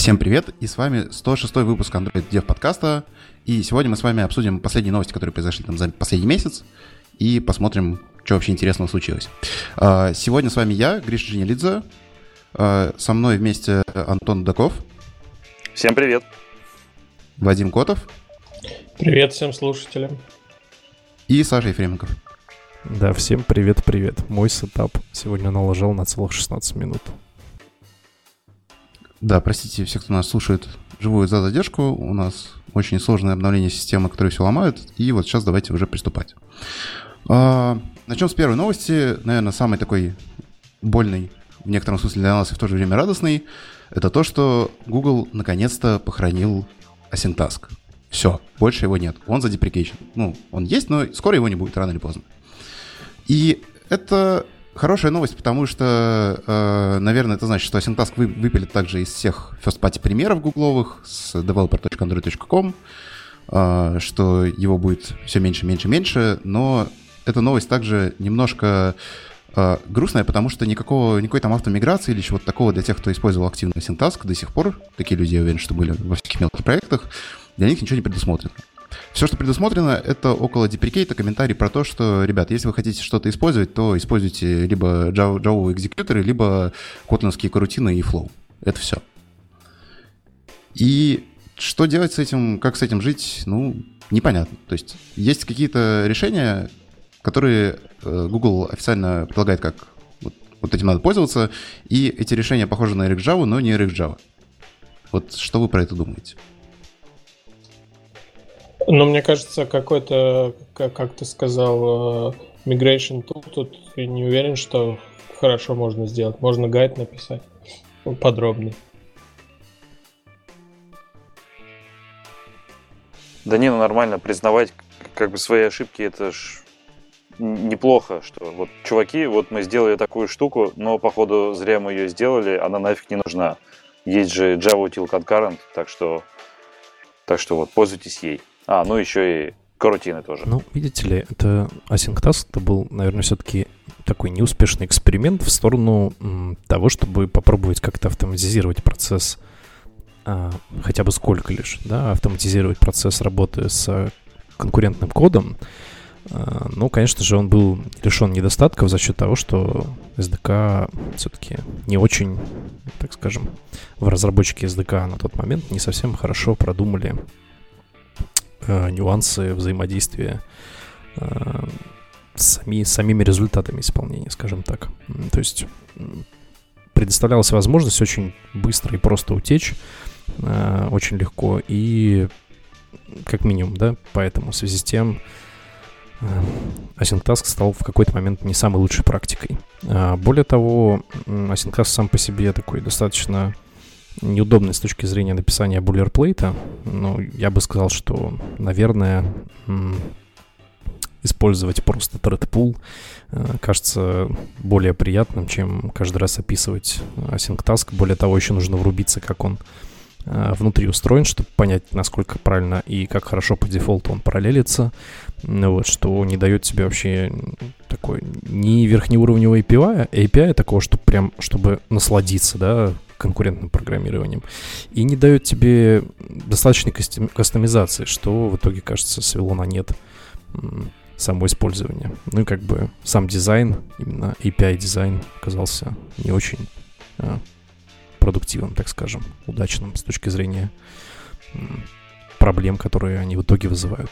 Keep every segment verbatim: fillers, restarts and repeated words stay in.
Всем привет, и с вами сто шестой выпуск Android Dev подкаста, и сегодня мы с вами обсудим последние новости, которые произошли там за последний месяц, и посмотрим, что вообще интересного случилось. Сегодня с вами я, Гриша Женелидзе, со мной вместе Антон Даков. Всем привет. Вадим Котов. Привет всем слушателям. И Саша Ефременков. Да, всем привет-привет. Мой сетап сегодня налажал на целых шестнадцать минут. Да, простите всех, кто нас слушает живую за задержку. У нас очень сложное обновление системы, которые все ломают. И вот сейчас давайте уже приступать. А, начнем с первой новости. Наверное, самый такой больный, в некотором смысле для нас и в то же время радостный. Это то, что Google наконец-то похоронил Async Task. Все, больше его нет. Он за deprecation. Ну, он есть, но скоро его не будет, рано или поздно. И это хорошая новость, потому что, э, наверное, это значит, что Async Task вы, выпилит также из всех first-party примеров гугловых с developer точка android точка com, э, что его будет все меньше, меньше, меньше, но эта новость также немножко э, грустная, потому что никакого, никакой там автомиграции или чего-то такого для тех, кто использовал активно Async Task до сих пор, такие люди, я уверен, что были во всяких мелких проектах, для них ничего не предусмотрено. Все, что предусмотрено, это около деприкейта комментарий про то, что, ребят, если вы хотите что-то использовать, то используйте либо Java, Java экзекьюторы, либо котлинские корутины и Flow. Это все. И что делать с этим, как с этим жить, ну, непонятно. То есть есть какие-то решения, которые Google официально предлагает, как вот, вот этим надо пользоваться, и эти решения похожи на RxJava, но не RxJava. Вот что вы про это думаете? Ну, мне кажется, какой-то, как, как ты сказал, migration tool, тут я не уверен, что хорошо можно сделать. Можно гайд написать подробный. Да не, ну нормально, признавать как бы свои ошибки, это ж неплохо, что вот, чуваки, вот мы сделали такую штуку, но походу зря мы ее сделали, она нафиг не нужна. Есть же Java Util Concurrent, так что, так что вот, пользуйтесь ей. А, ну еще и корутины тоже. Ну, видите ли, это Async Task, это был, наверное, все-таки такой неуспешный эксперимент в сторону м, того, чтобы попробовать как-то автоматизировать процесс, а, хотя бы сколько лишь, да, автоматизировать процесс работы с конкурентным кодом. А, ну, конечно же, он был лишен недостатков за счет того, что эс ди кей все-таки не очень, так скажем, в разработчике эс ди кей на тот момент не совсем хорошо продумали нюансы взаимодействия э, с сами, самими результатами исполнения, скажем так. То есть предоставлялась возможность очень быстро и просто утечь, э, очень легко, и как минимум, да, поэтому в связи с тем э, Async Task стал в какой-то момент не самой лучшей практикой. Э, более того, Async Task сам по себе такой достаточно неудобный с точки зрения написания бойлерплейта. Но я бы сказал, что, наверное, использовать просто thread pool кажется более приятным, чем каждый раз описывать Async Task. Более того, еще нужно врубиться, как он внутри устроен, чтобы понять, насколько правильно и как хорошо по дефолту он параллелится. Вот, что не дает тебе вообще такой ни верхнеуровневого эй пи ай, эй пи ай такого, чтобы прям, чтобы насладиться, да, конкурентным программированием, и не дает тебе достаточной кастомизации, что в итоге, кажется, свело на нет само использование. Ну и как бы сам дизайн, именно эй пи ай-дизайн оказался не очень а, продуктивным, так скажем, удачным с точки зрения м, проблем, которые они в итоге вызывают.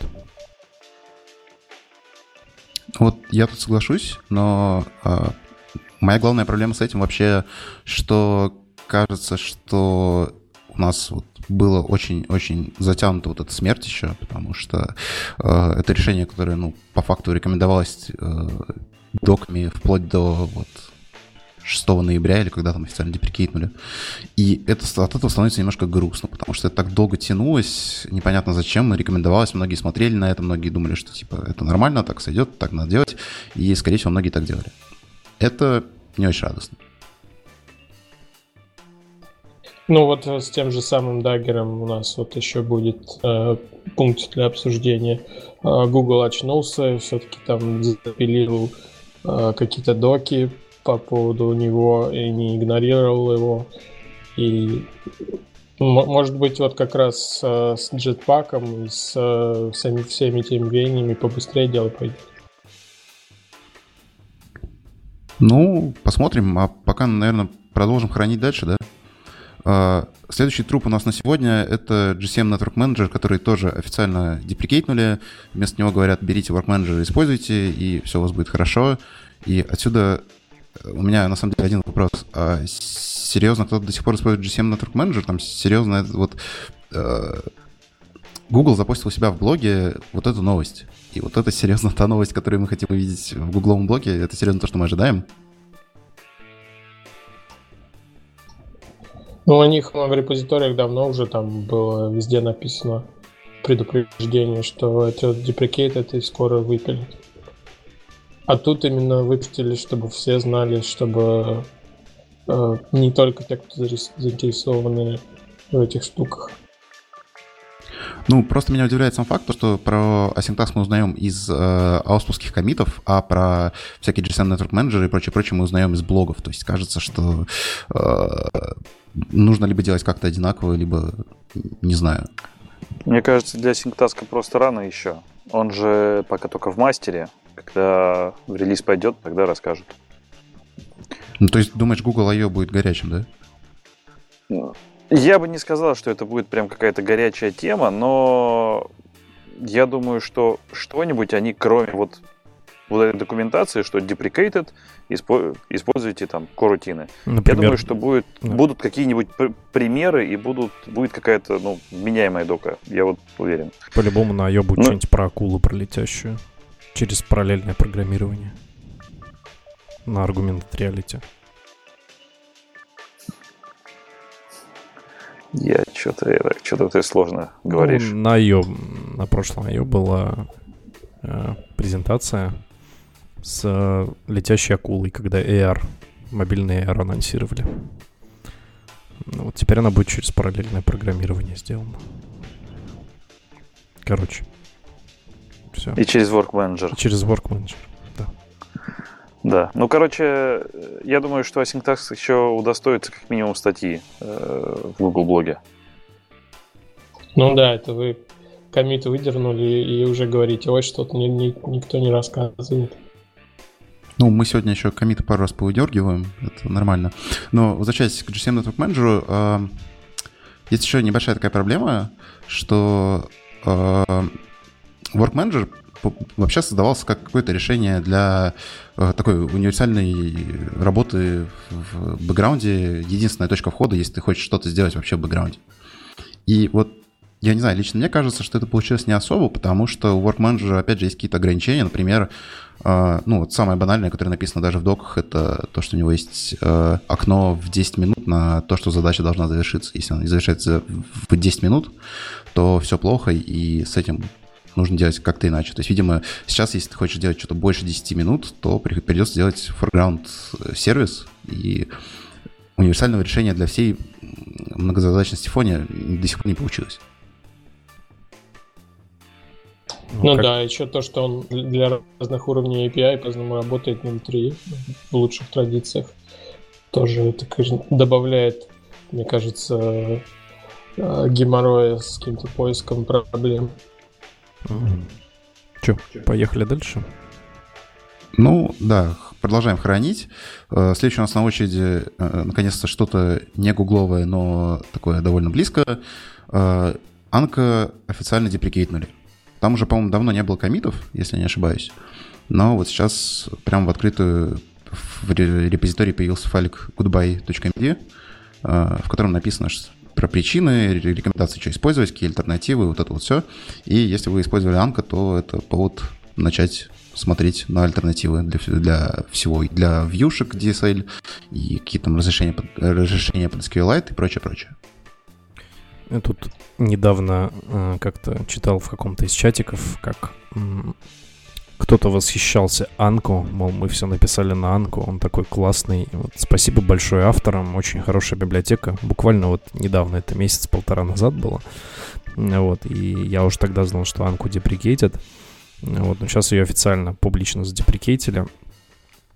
Вот я тут соглашусь, но а, моя главная проблема с этим вообще, что кажется, что у нас вот было очень-очень затянуто вот эта смерть еще, потому что э, это решение, которое, ну, по факту рекомендовалось э, доками вплоть до вот шестого ноября или когда там официально деприкейтнули. И это, от этого становится немножко грустно, потому что это так долго тянулось, непонятно зачем, рекомендовалось, многие смотрели на это, многие думали, что типа это нормально, так сойдет, так надо делать, и, скорее всего, многие так делали. Это не очень радостно. Ну вот с тем же самым даггером у нас вот еще будет э, пункт для обсуждения. Э, Google очнулся, все-таки там запилил э, какие-то доки по поводу него и не игнорировал его. И Может быть, вот как раз э, с джетпаком и с э, всеми, всеми теми веяниями побыстрее дело пойдет. Ну, посмотрим. А пока, наверное, продолжим хранить дальше, да? А, следующий труп у нас на сегодня — это джи си эм Network Manager, который тоже официально деприкейтнули. Вместо него говорят: берите Work Manager, используйте, и все у вас будет хорошо. И отсюда у меня, на самом деле, один вопрос. А серьезно, кто-то до сих пор использует джи си эм Network Manager? Там серьезно, вот э, Google запостил у себя в блоге вот эту новость. И вот это серьезно та новость, которую мы хотим увидеть в гугловом блоге. Это серьезно то, что мы ожидаем. Ну, у них в репозиториях давно уже там было везде написано предупреждение, что это deprecated и скоро выпилят. А тут именно выпустили, чтобы все знали, чтобы э, не только те, кто заинтересованы в этих штуках. Ну, просто меня удивляет сам факт, что про Async Task мы узнаем из э, ауспуских коммитов, а про всякие джи си эм Network Manager и прочее-прочее мы узнаем из блогов. То есть кажется, что э, нужно либо делать как-то одинаково, либо не знаю. Мне кажется, для Async Task просто рано еще. Он же пока только в мастере. Когда в релиз пойдет, тогда расскажут. Ну, то есть, думаешь, Google ай о будет горячим, да? Ну, я бы не сказал, что это будет прям какая-то горячая тема, но я думаю, что что-нибудь они, кроме вот, вот этой документации, что deprecated, используйте там корутины. Например, я думаю, что будет, да. будут какие-нибудь пр- примеры и будут, будет какая-то ну, меняемая дока. Я вот уверен. По-любому на ай о будет ну, что-нибудь про акулу пролетящую. Через параллельное программирование. На Augmented Reality. Я что-то, что-то ты сложно говоришь. Ну, на ай о, на прошлом ай о была э, презентация с э, летящей акулой, когда эй ар, мобильный эй ар анонсировали. Ну, вот теперь она будет через параллельное программирование сделана. Короче. Все. И через Work Manager. И через Work Manager, да. Да. Ну, короче, я думаю, что Async Task еще удостоится как минимум статьи э, в Google блоге. Ну да, это вы коммит выдернули и уже говорите: ой, что-то ни, ни, никто не рассказывает. Ну, мы сегодня еще коммиты пару раз повыдергиваем, это нормально. Но возвращаясь к джи си эм Network Manager, э, есть еще небольшая такая проблема, что э, Work Manager вообще создавался как какое-то решение для э, такой универсальной работы в бэкграунде. Единственная точка входа, если ты хочешь что-то сделать вообще в бэкграунде. И вот, я не знаю, лично мне кажется, что это получилось не особо, потому что у Work Manager, опять же, есть какие-то ограничения. Например, э, ну вот самое банальное, которое написано даже в доках, это то, что у него есть э, окно в десять минут на то, что задача должна завершиться. Если она не завершается в десять минут, то все плохо, и с этим нужно делать как-то иначе. То есть, видимо, сейчас, если ты хочешь делать что-то больше десяти минут, то придется делать foreground сервис, и универсального решения для всей многозадачности фоне до сих пор не получилось. Ну как... да, еще то, что он для разных уровней эй пи ай по-разному работает внутри, в лучших традициях, тоже это, конечно, добавляет, мне кажется, геморроя с каким-то поиском проблем. Mm-hmm. Че, поехали дальше? Ну, да, продолжаем хранить. Следующее у нас на очереди, наконец-то, что-то не гугловое, но такое довольно близко. Анка официально деприкейтнули. Там уже, по-моему, давно не было коммитов, если я не ошибаюсь. Но вот сейчас прямо в открытую в репозитории появился файлик goodbye.md, в котором написано, что про причины, рекомендации, что использовать, какие альтернативы, вот это вот все. И если вы использовали Анка, то это повод начать смотреть на альтернативы для, для всего. Для вьюшек ди эс эл и какие-то там разрешения под, разрешения под эс кью эль Lite и прочее, прочее. Я тут недавно э, как-то читал в каком-то из чатиков, как м- кто-то восхищался Анку, мол, мы все написали на Анку, он такой классный. Вот, спасибо большое авторам, очень хорошая библиотека. Буквально вот недавно, это месяц-полтора назад было. Вот, и я уже тогда знал, что Анку деприкейтят. Вот, но сейчас ее официально, публично задеприкейтили.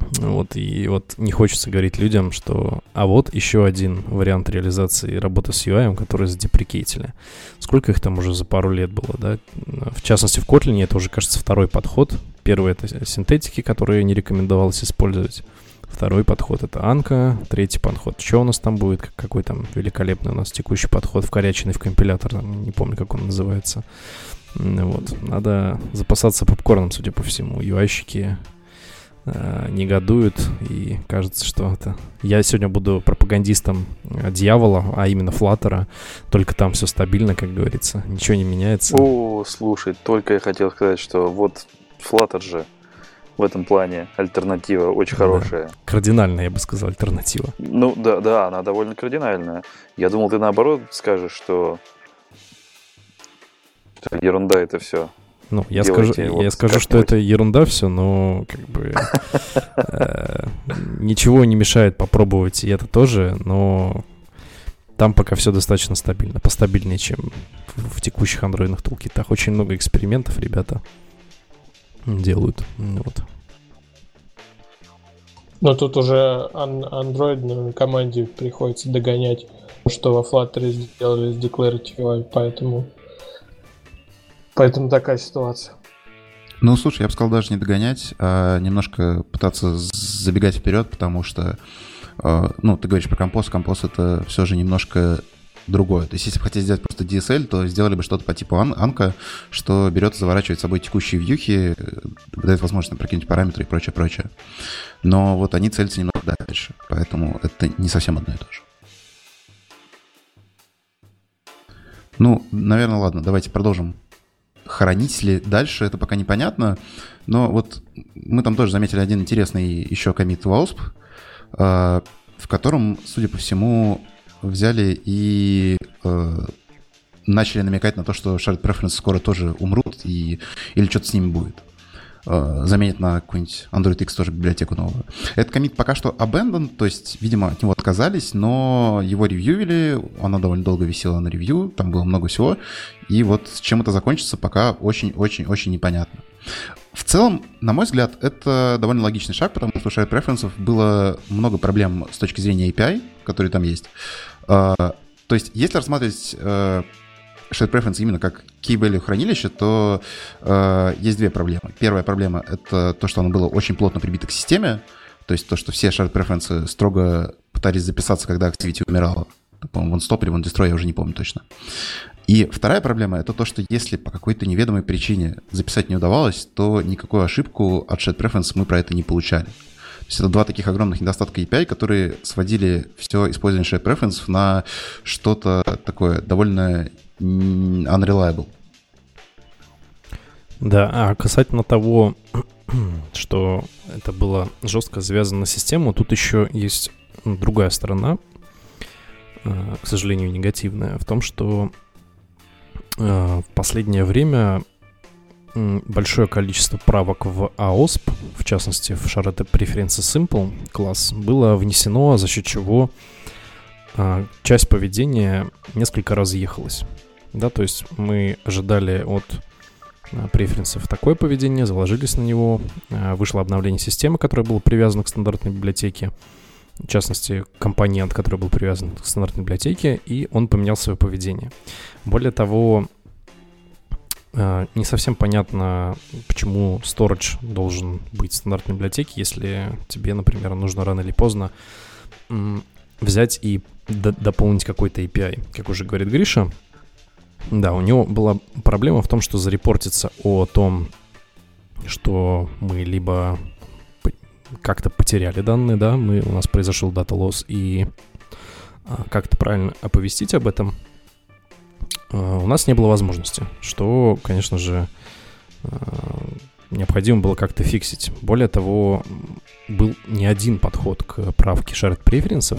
Вот, и вот не хочется говорить людям, что а вот еще один вариант реализации работы с ю ай, который задеприкейтили. Сколько их там уже за пару лет было, да? В частности, в Kotlin это уже, кажется, второй подход. Первый — это синтетики, которые не рекомендовалось использовать. Второй подход — это Анка. Третий подход — что у нас там будет? Какой там великолепный у нас текущий подход, вкоряченный в компилятор, там, не помню, как он называется. Вот. Надо запасаться попкорном, судя по всему. ю ай-щики негодуют, и кажется, что это... Я сегодня буду пропагандистом дьявола, а именно Flutter, только там все стабильно, как говорится, ничего не меняется. О, слушай, только я хотел сказать, что вот Flutter же в этом плане альтернатива очень хорошая. Да, кардинальная, я бы сказал, альтернатива. Ну, да, да, она довольно кардинальная. Я думал, ты наоборот скажешь, что ерунда это все. Ну, я скажу, вот я скажу, что это ерунда все, но как бы э, ничего не мешает попробовать и это тоже, но там пока все достаточно стабильно, постабильнее, чем в, в текущих андроидных тулкитах. Очень много экспериментов ребята делают. Вот. Но тут уже ан- андроидной команде приходится догонять, что во Flutter сделали с Declarative ю ай, поэтому... Поэтому такая ситуация. Ну, слушай, я бы сказал даже не догонять, а немножко пытаться забегать вперед, потому что, ну, ты говоришь про композ, композ — это все же немножко другое. То есть, если бы хотели сделать просто ди эс эл, то сделали бы что-то по типу ан- Анка, что берет и заворачивает с собой текущие вьюхи, дает возможность прокинуть параметры и прочее, прочее. Но вот они целятся немного дальше, поэтому это не совсем одно и то же. Ну, наверное, ладно, давайте продолжим. Хранить ли дальше, это пока непонятно, но вот мы там тоже заметили один интересный еще коммит wasp, в котором, судя по всему, взяли и э, начали намекать на то, что shared preferences скоро тоже умрут и, или что-то с ними будет. Э, заменят на какую-нибудь Android X тоже библиотеку новую. Этот коммит пока что abandoned, то есть, видимо, от него отказались, но его ревьювили, она довольно долго висела на ревью, там было много всего, и вот с чем это закончится, пока очень-очень-очень непонятно. В целом, на мой взгляд, это довольно логичный шаг, потому что у shared preferences было много проблем с точки зрения эй пи ай, которые там есть. Uh, то есть, если рассматривать uh, shared preference именно как key value хранилище, то uh, есть две проблемы. Первая проблема — это то, что оно было очень плотно прибито к системе, то есть то, что все shared preferences строго пытались записаться, когда activity умирала. По-моему, в onStop или в onDestroy, я уже не помню точно. И вторая проблема — это то, что если по какой-то неведомой причине записать не удавалось, то никакую ошибку от shared preference мы про это не получали. То есть это два таких огромных недостатка эй пи ай, которые сводили все использование shared preference на что-то такое довольно unreliable. Да, а касательно того, что это было жестко завязано на систему, тут еще есть другая сторона, к сожалению, негативная, в том, что в последнее время большое количество правок в AOSP, в частности в Shared Preferences Simple класс, было внесено, за счет чего а, часть поведения несколько раз ехалась. Да, то есть мы ожидали от а, преференсов такое поведение, заложились на него, а, вышло обновление системы, которое было привязано к стандартной библиотеке, в частности, компонент, который был привязан к стандартной библиотеке, и он поменял свое поведение. Более того, не совсем понятно, почему storage должен быть в стандартной библиотеке, если тебе, например, нужно рано или поздно взять и д- дополнить какой-то эй пи ай. Как уже говорит Гриша, да, у него была проблема в том, что зарепортится о том, что мы либо как-то потеряли данные, да, мы, у нас произошел data loss, и а, как-то правильно оповестить об этом у нас не было возможности, что, конечно же, необходимо было как-то фиксить. Более того, был не один подход к правке shared preferences,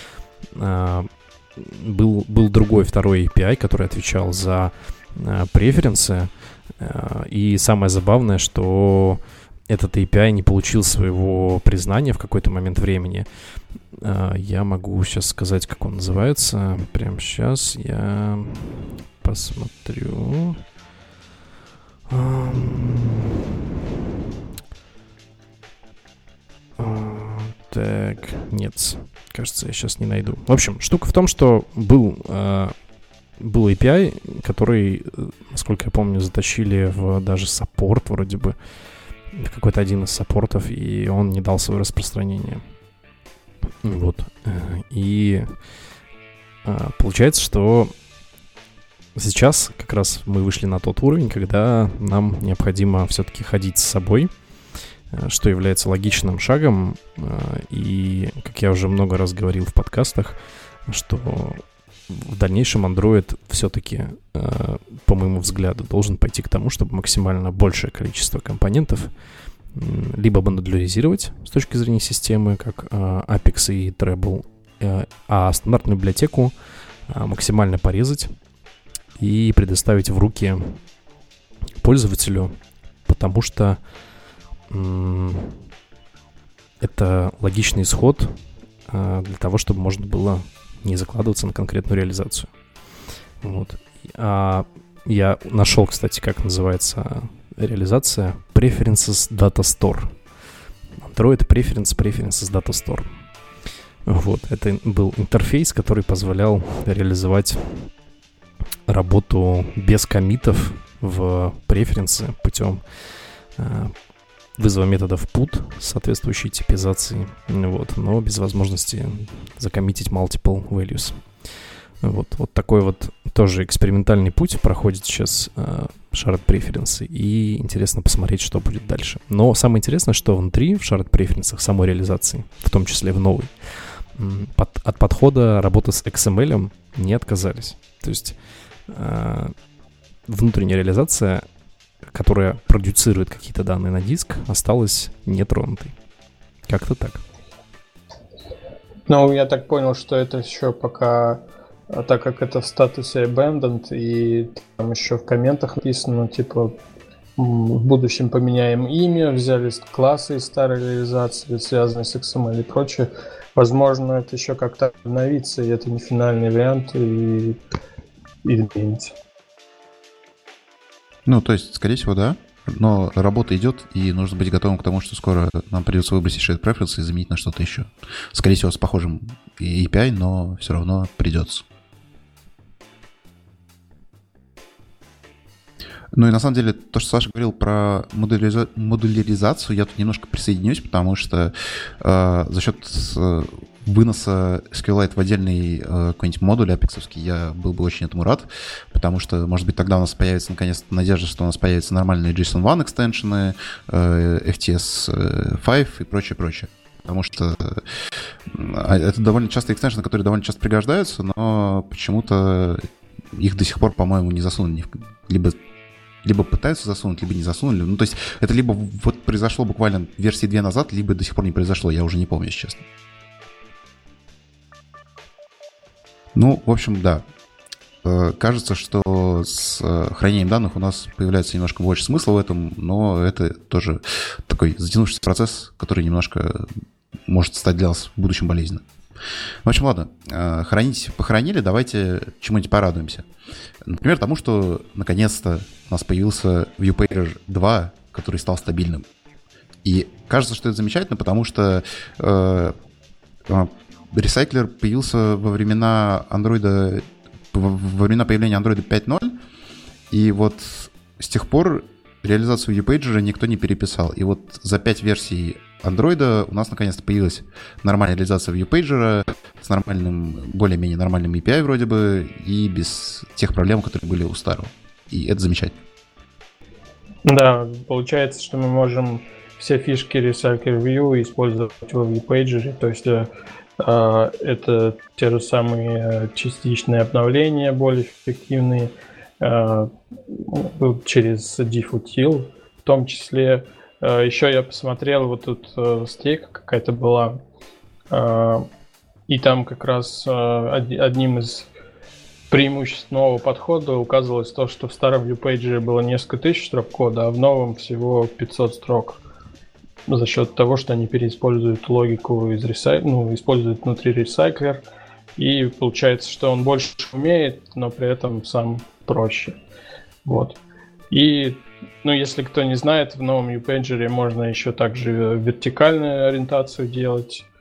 был, был другой, второй эй пи ай, который отвечал за преференсы, и самое забавное, что этот эй пи ай не получил своего признания в какой-то момент времени. Я могу сейчас сказать, как он называется. Прямо сейчас я посмотрю. Так, нет, кажется, я сейчас не найду. В общем, штука в том, что был, э, был эй пи ай, который, насколько я помню, затащили в даже саппорт вроде бы, в какой-то один из саппортов, и он не дал свое распространение. Вот. И э, получается, что сейчас как раз мы вышли на тот уровень, когда нам необходимо все-таки ходить с собой, что является логичным шагом. И, как я уже много раз говорил в подкастах, что в дальнейшем Android все-таки, по моему взгляду, должен пойти к тому, чтобы максимально большее количество компонентов либо модуляризировать с точки зрения системы, как Apex и Treble, а стандартную библиотеку максимально порезать и предоставить в руки пользователю, потому что это логичный исход а, для того, чтобы можно было не закладываться на конкретную реализацию. Вот. А я нашел, кстати, как называется реализация. Preferences Data Store. Android Preference Preferences Data Store. Вот. Это был интерфейс, который позволял реализовать работу без коммитов в преференсы путем а, вызова методов put с соответствующей типизацией, вот, но без возможности закоммитить multiple values. Вот, вот такой вот тоже экспериментальный путь проходит сейчас э, Shared Preferences, и интересно посмотреть, что будет дальше. Но самое интересное, что внутри, в Shared Preferences, самой реализации, в том числе в новой, под, от подхода работы с икс эм эль не отказались. То есть э, внутренняя реализация, которая продюцирует какие-то данные на диск, осталась нетронутой. Как-то так. Ну, я так понял, что это еще пока, так как это в статусе abandoned, и там еще в комментах написано, типа, в будущем поменяем имя, взяли классы из старой реализации, связанные с икс эм эль и прочее. Возможно, это еще как-то обновится, и это не финальный вариант, и, и изменится. Ну, то есть, скорее всего, да. Но работа идет, и нужно быть готовым к тому, что скоро нам придется выбросить shared preferences и заменить на что-то еще. Скорее всего, с похожим эй пи ай, но все равно придется. Ну и на самом деле, то, что Саша говорил про модуляриза- модуляризацию, я тут немножко присоединюсь, потому что э, за счет э, выноса SQLite в отдельный э, какой-нибудь модуль апексовский я был бы очень этому рад, потому что, может быть, тогда у нас появится наконец-то надежда, что у нас появятся нормальные джейсон один экстеншены, э, эф ти эс пять и прочее, прочее. Потому что э, это довольно часто экстеншены, которые довольно часто пригождаются, но почему-то их до сих пор, по-моему, не засунули. Либо Либо пытаются засунуть, либо не засунули. Ну, то есть это либо вот произошло буквально версии две назад, либо до сих пор не произошло. Я уже не помню, если честно. Ну, в общем, да. Кажется, что с хранением данных у нас появляется немножко больше смысла в этом, но это тоже такой затянувшийся процесс, который немножко может стать для нас в будущем болезненным. В общем, ладно, хранить похоронили, давайте чему-нибудь порадуемся. Например, тому, что наконец-то у нас появился ViewPager два, который стал стабильным. И кажется, что это замечательно, потому что э, ресайклер появился во времена Android, во времена появления Android пять ноль, и вот с тех пор реализацию ViewPager никто не переписал. И вот за пять версий Android у нас наконец-то появилась нормальная реализация ViewPager с нормальным, более-менее нормальным эй пи ай вроде бы, и без тех проблем, которые были у старого. И это замечательно. Да, получается, что мы можем все фишки Recycler View использовать в ViewPager, то есть э, это те же самые частичные обновления, более эффективные, э, через diffutil, в том числе. Еще я посмотрел, вот тут э, стейка какая-то была, э, и там как раз э, одним из преимуществ нового подхода указывалось то, что в старом ViewPager было несколько тысяч строк кода, а в новом всего пятьсот строк. За счет того, что они переиспользуют логику из ресай... ну, используют внутри ресайклер, и получается, что он больше умеет, но при этом сам проще. Вот. И ну, если кто не знает, в новом ViewPager можно еще также вертикальную ориентацию делать,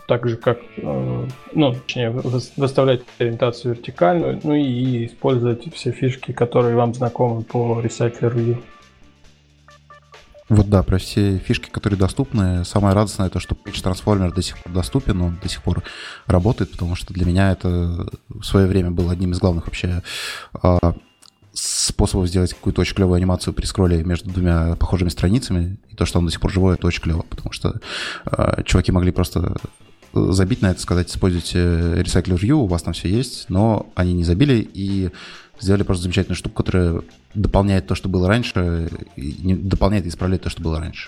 так же как, э, ну, точнее, выставлять ориентацию вертикальную, ну и использовать все фишки, которые вам знакомы по Recycler.Vue. Вот да, про все фишки, которые доступны. Самое радостное то, что Page Transformer до сих пор доступен, он до сих пор работает, потому что для меня это в свое время было одним из главных вообще способов сделать какую-то очень клевую анимацию при скролле между двумя похожими страницами. И то, что он до сих пор живой, это очень клево, потому что чуваки могли просто забить на это, сказать, используйте Recycler.Vue, у вас там все есть, но они не забили и сделали просто замечательную штуку, которая дополняет то, что было раньше, и не, дополняет и исправляет то, что было раньше.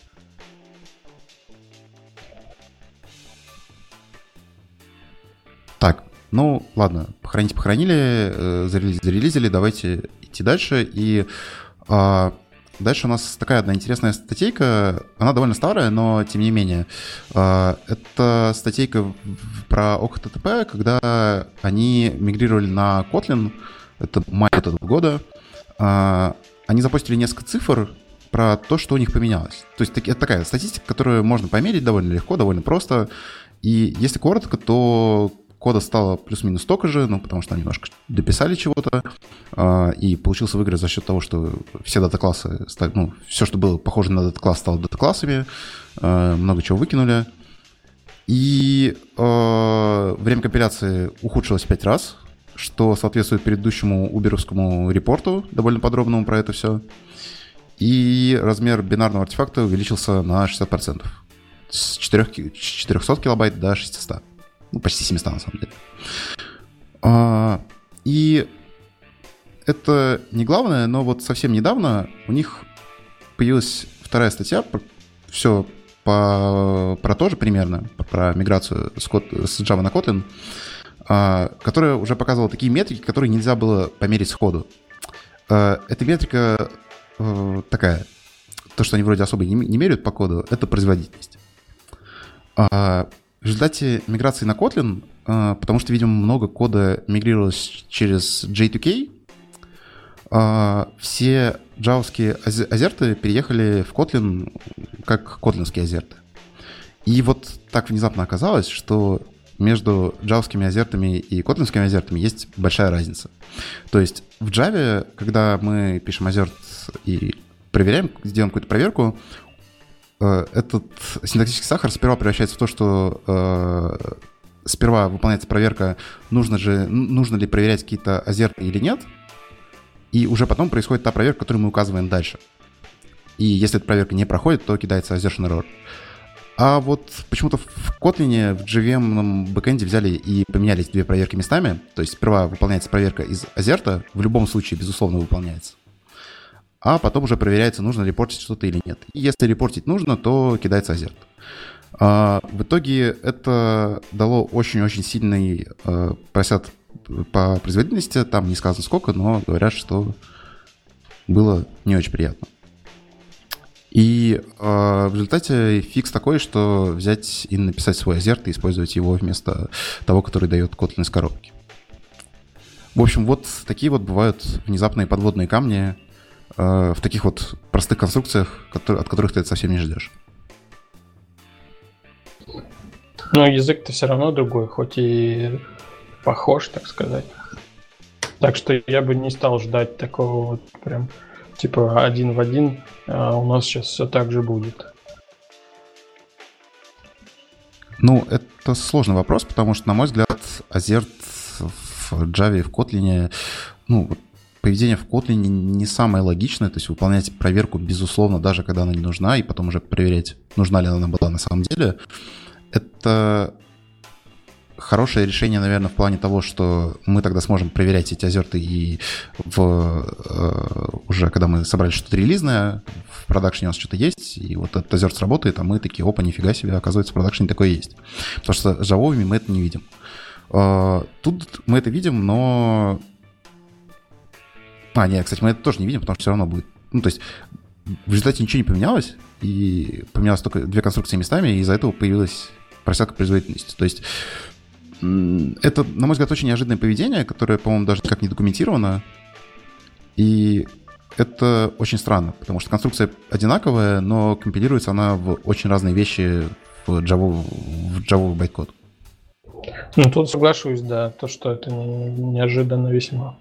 Так, ну ладно, похоронить похоронили, зарелизили, зарелизили, давайте идти дальше. И а, дальше у нас такая одна интересная статейка, она довольно старая, но тем не менее. А, это статейка про о ка тэ тэ пэ, когда они мигрировали на Kotlin. Это май этого года, они запустили несколько цифр про то, что у них поменялось. То есть это такая статистика, которую можно померить довольно легко, довольно просто. И если коротко, то кода стало плюс-минус столько же, ну, потому что они немножко дописали чего-то, и получился выигрыш за счет того, что все дата-классы, ну, все, что было похоже на дата-класс, стало дата-классами, много чего выкинули. И время компиляции ухудшилось в пять раз, что соответствует предыдущему уберовскому репорту, довольно подробному про это все. И размер бинарного артефакта увеличился на шестьдесят процентов. С четырехсот килобайт до шестисот. Ну, почти семьсот на самом деле. А, и это не главное, но вот совсем недавно у них появилась вторая статья, все по, про то же примерно, про миграцию с, код, с Java на Kotlin, которая уже показывала такие метрики, которые нельзя было померить сходу. Эта метрика такая, то, что они вроде особо не меряют по коду, это производительность. В результате миграции на Kotlin, потому что, видимо, много кода мигрировалось через джей ту кей, все джавовские азерты переехали в Kotlin как котлинские азерты. И вот так внезапно оказалось, что между джавскими азертами и котлинскими азертами есть большая разница. То есть в Java, когда мы пишем азерт и проверяем, делаем какую-то проверку, этот синтаксический сахар сперва превращается в то, что э, сперва выполняется проверка, нужно, же, нужно ли проверять какие-то азерты или нет, и уже потом происходит та проверка, которую мы указываем дальше. И если эта проверка не проходит, то кидается assertion error. А вот почему-то в Kotlin, в джей ви эм бэкэнде взяли и поменялись две проверки местами. То есть сперва выполняется проверка из азерта, в любом случае, безусловно, выполняется. А потом уже проверяется, нужно репортить что-то или нет. И если репортить нужно, то кидается азерт. А в итоге это дало очень-очень сильный а, просят по производительности. Там не сказано сколько, но говорят, что было не очень приятно. И э, в результате фикс такой, что взять и написать свой азерт и использовать его вместо того, который дает Kotlin из коробки. В общем, вот такие вот бывают внезапные подводные камни э, в таких вот простых конструкциях, которые, от которых ты это совсем не ждешь. Но язык-то все равно другой, хоть и похож, так сказать. Так что я бы не стал ждать такого вот прям... Типа один в один, а у нас сейчас все так же будет. Ну, это сложный вопрос, потому что, на мой взгляд, азерт в Java и в Kotlin, ну, поведение в Kotlin не самое логичное, то есть выполнять проверку, безусловно, даже когда она не нужна, и потом уже проверять, нужна ли она была на самом деле. Это хорошее решение, наверное, в плане того, что мы тогда сможем проверять эти азерты и в, э, уже когда мы собрали что-то релизное, в продакшене у нас что-то есть, и вот этот азерт сработает, а мы такие, опа, нифига себе, оказывается, в продакшене такое есть. Потому что с джавовыми мы это не видим. Э, тут мы это видим, но... А, нет, кстати, мы это тоже не видим, потому что все равно будет... Ну, то есть в результате ничего не поменялось, и поменялось только две конструкции местами, и из-за этого появилась просадка производительности. То есть это, на мой взгляд, очень неожиданное поведение, которое, по-моему, даже никак не документировано. И это очень странно, потому что конструкция одинаковая, но компилируется она в очень разные вещи в в Java, в Java байткод. Ну, тут соглашусь, да, то, что это неожиданно весьма.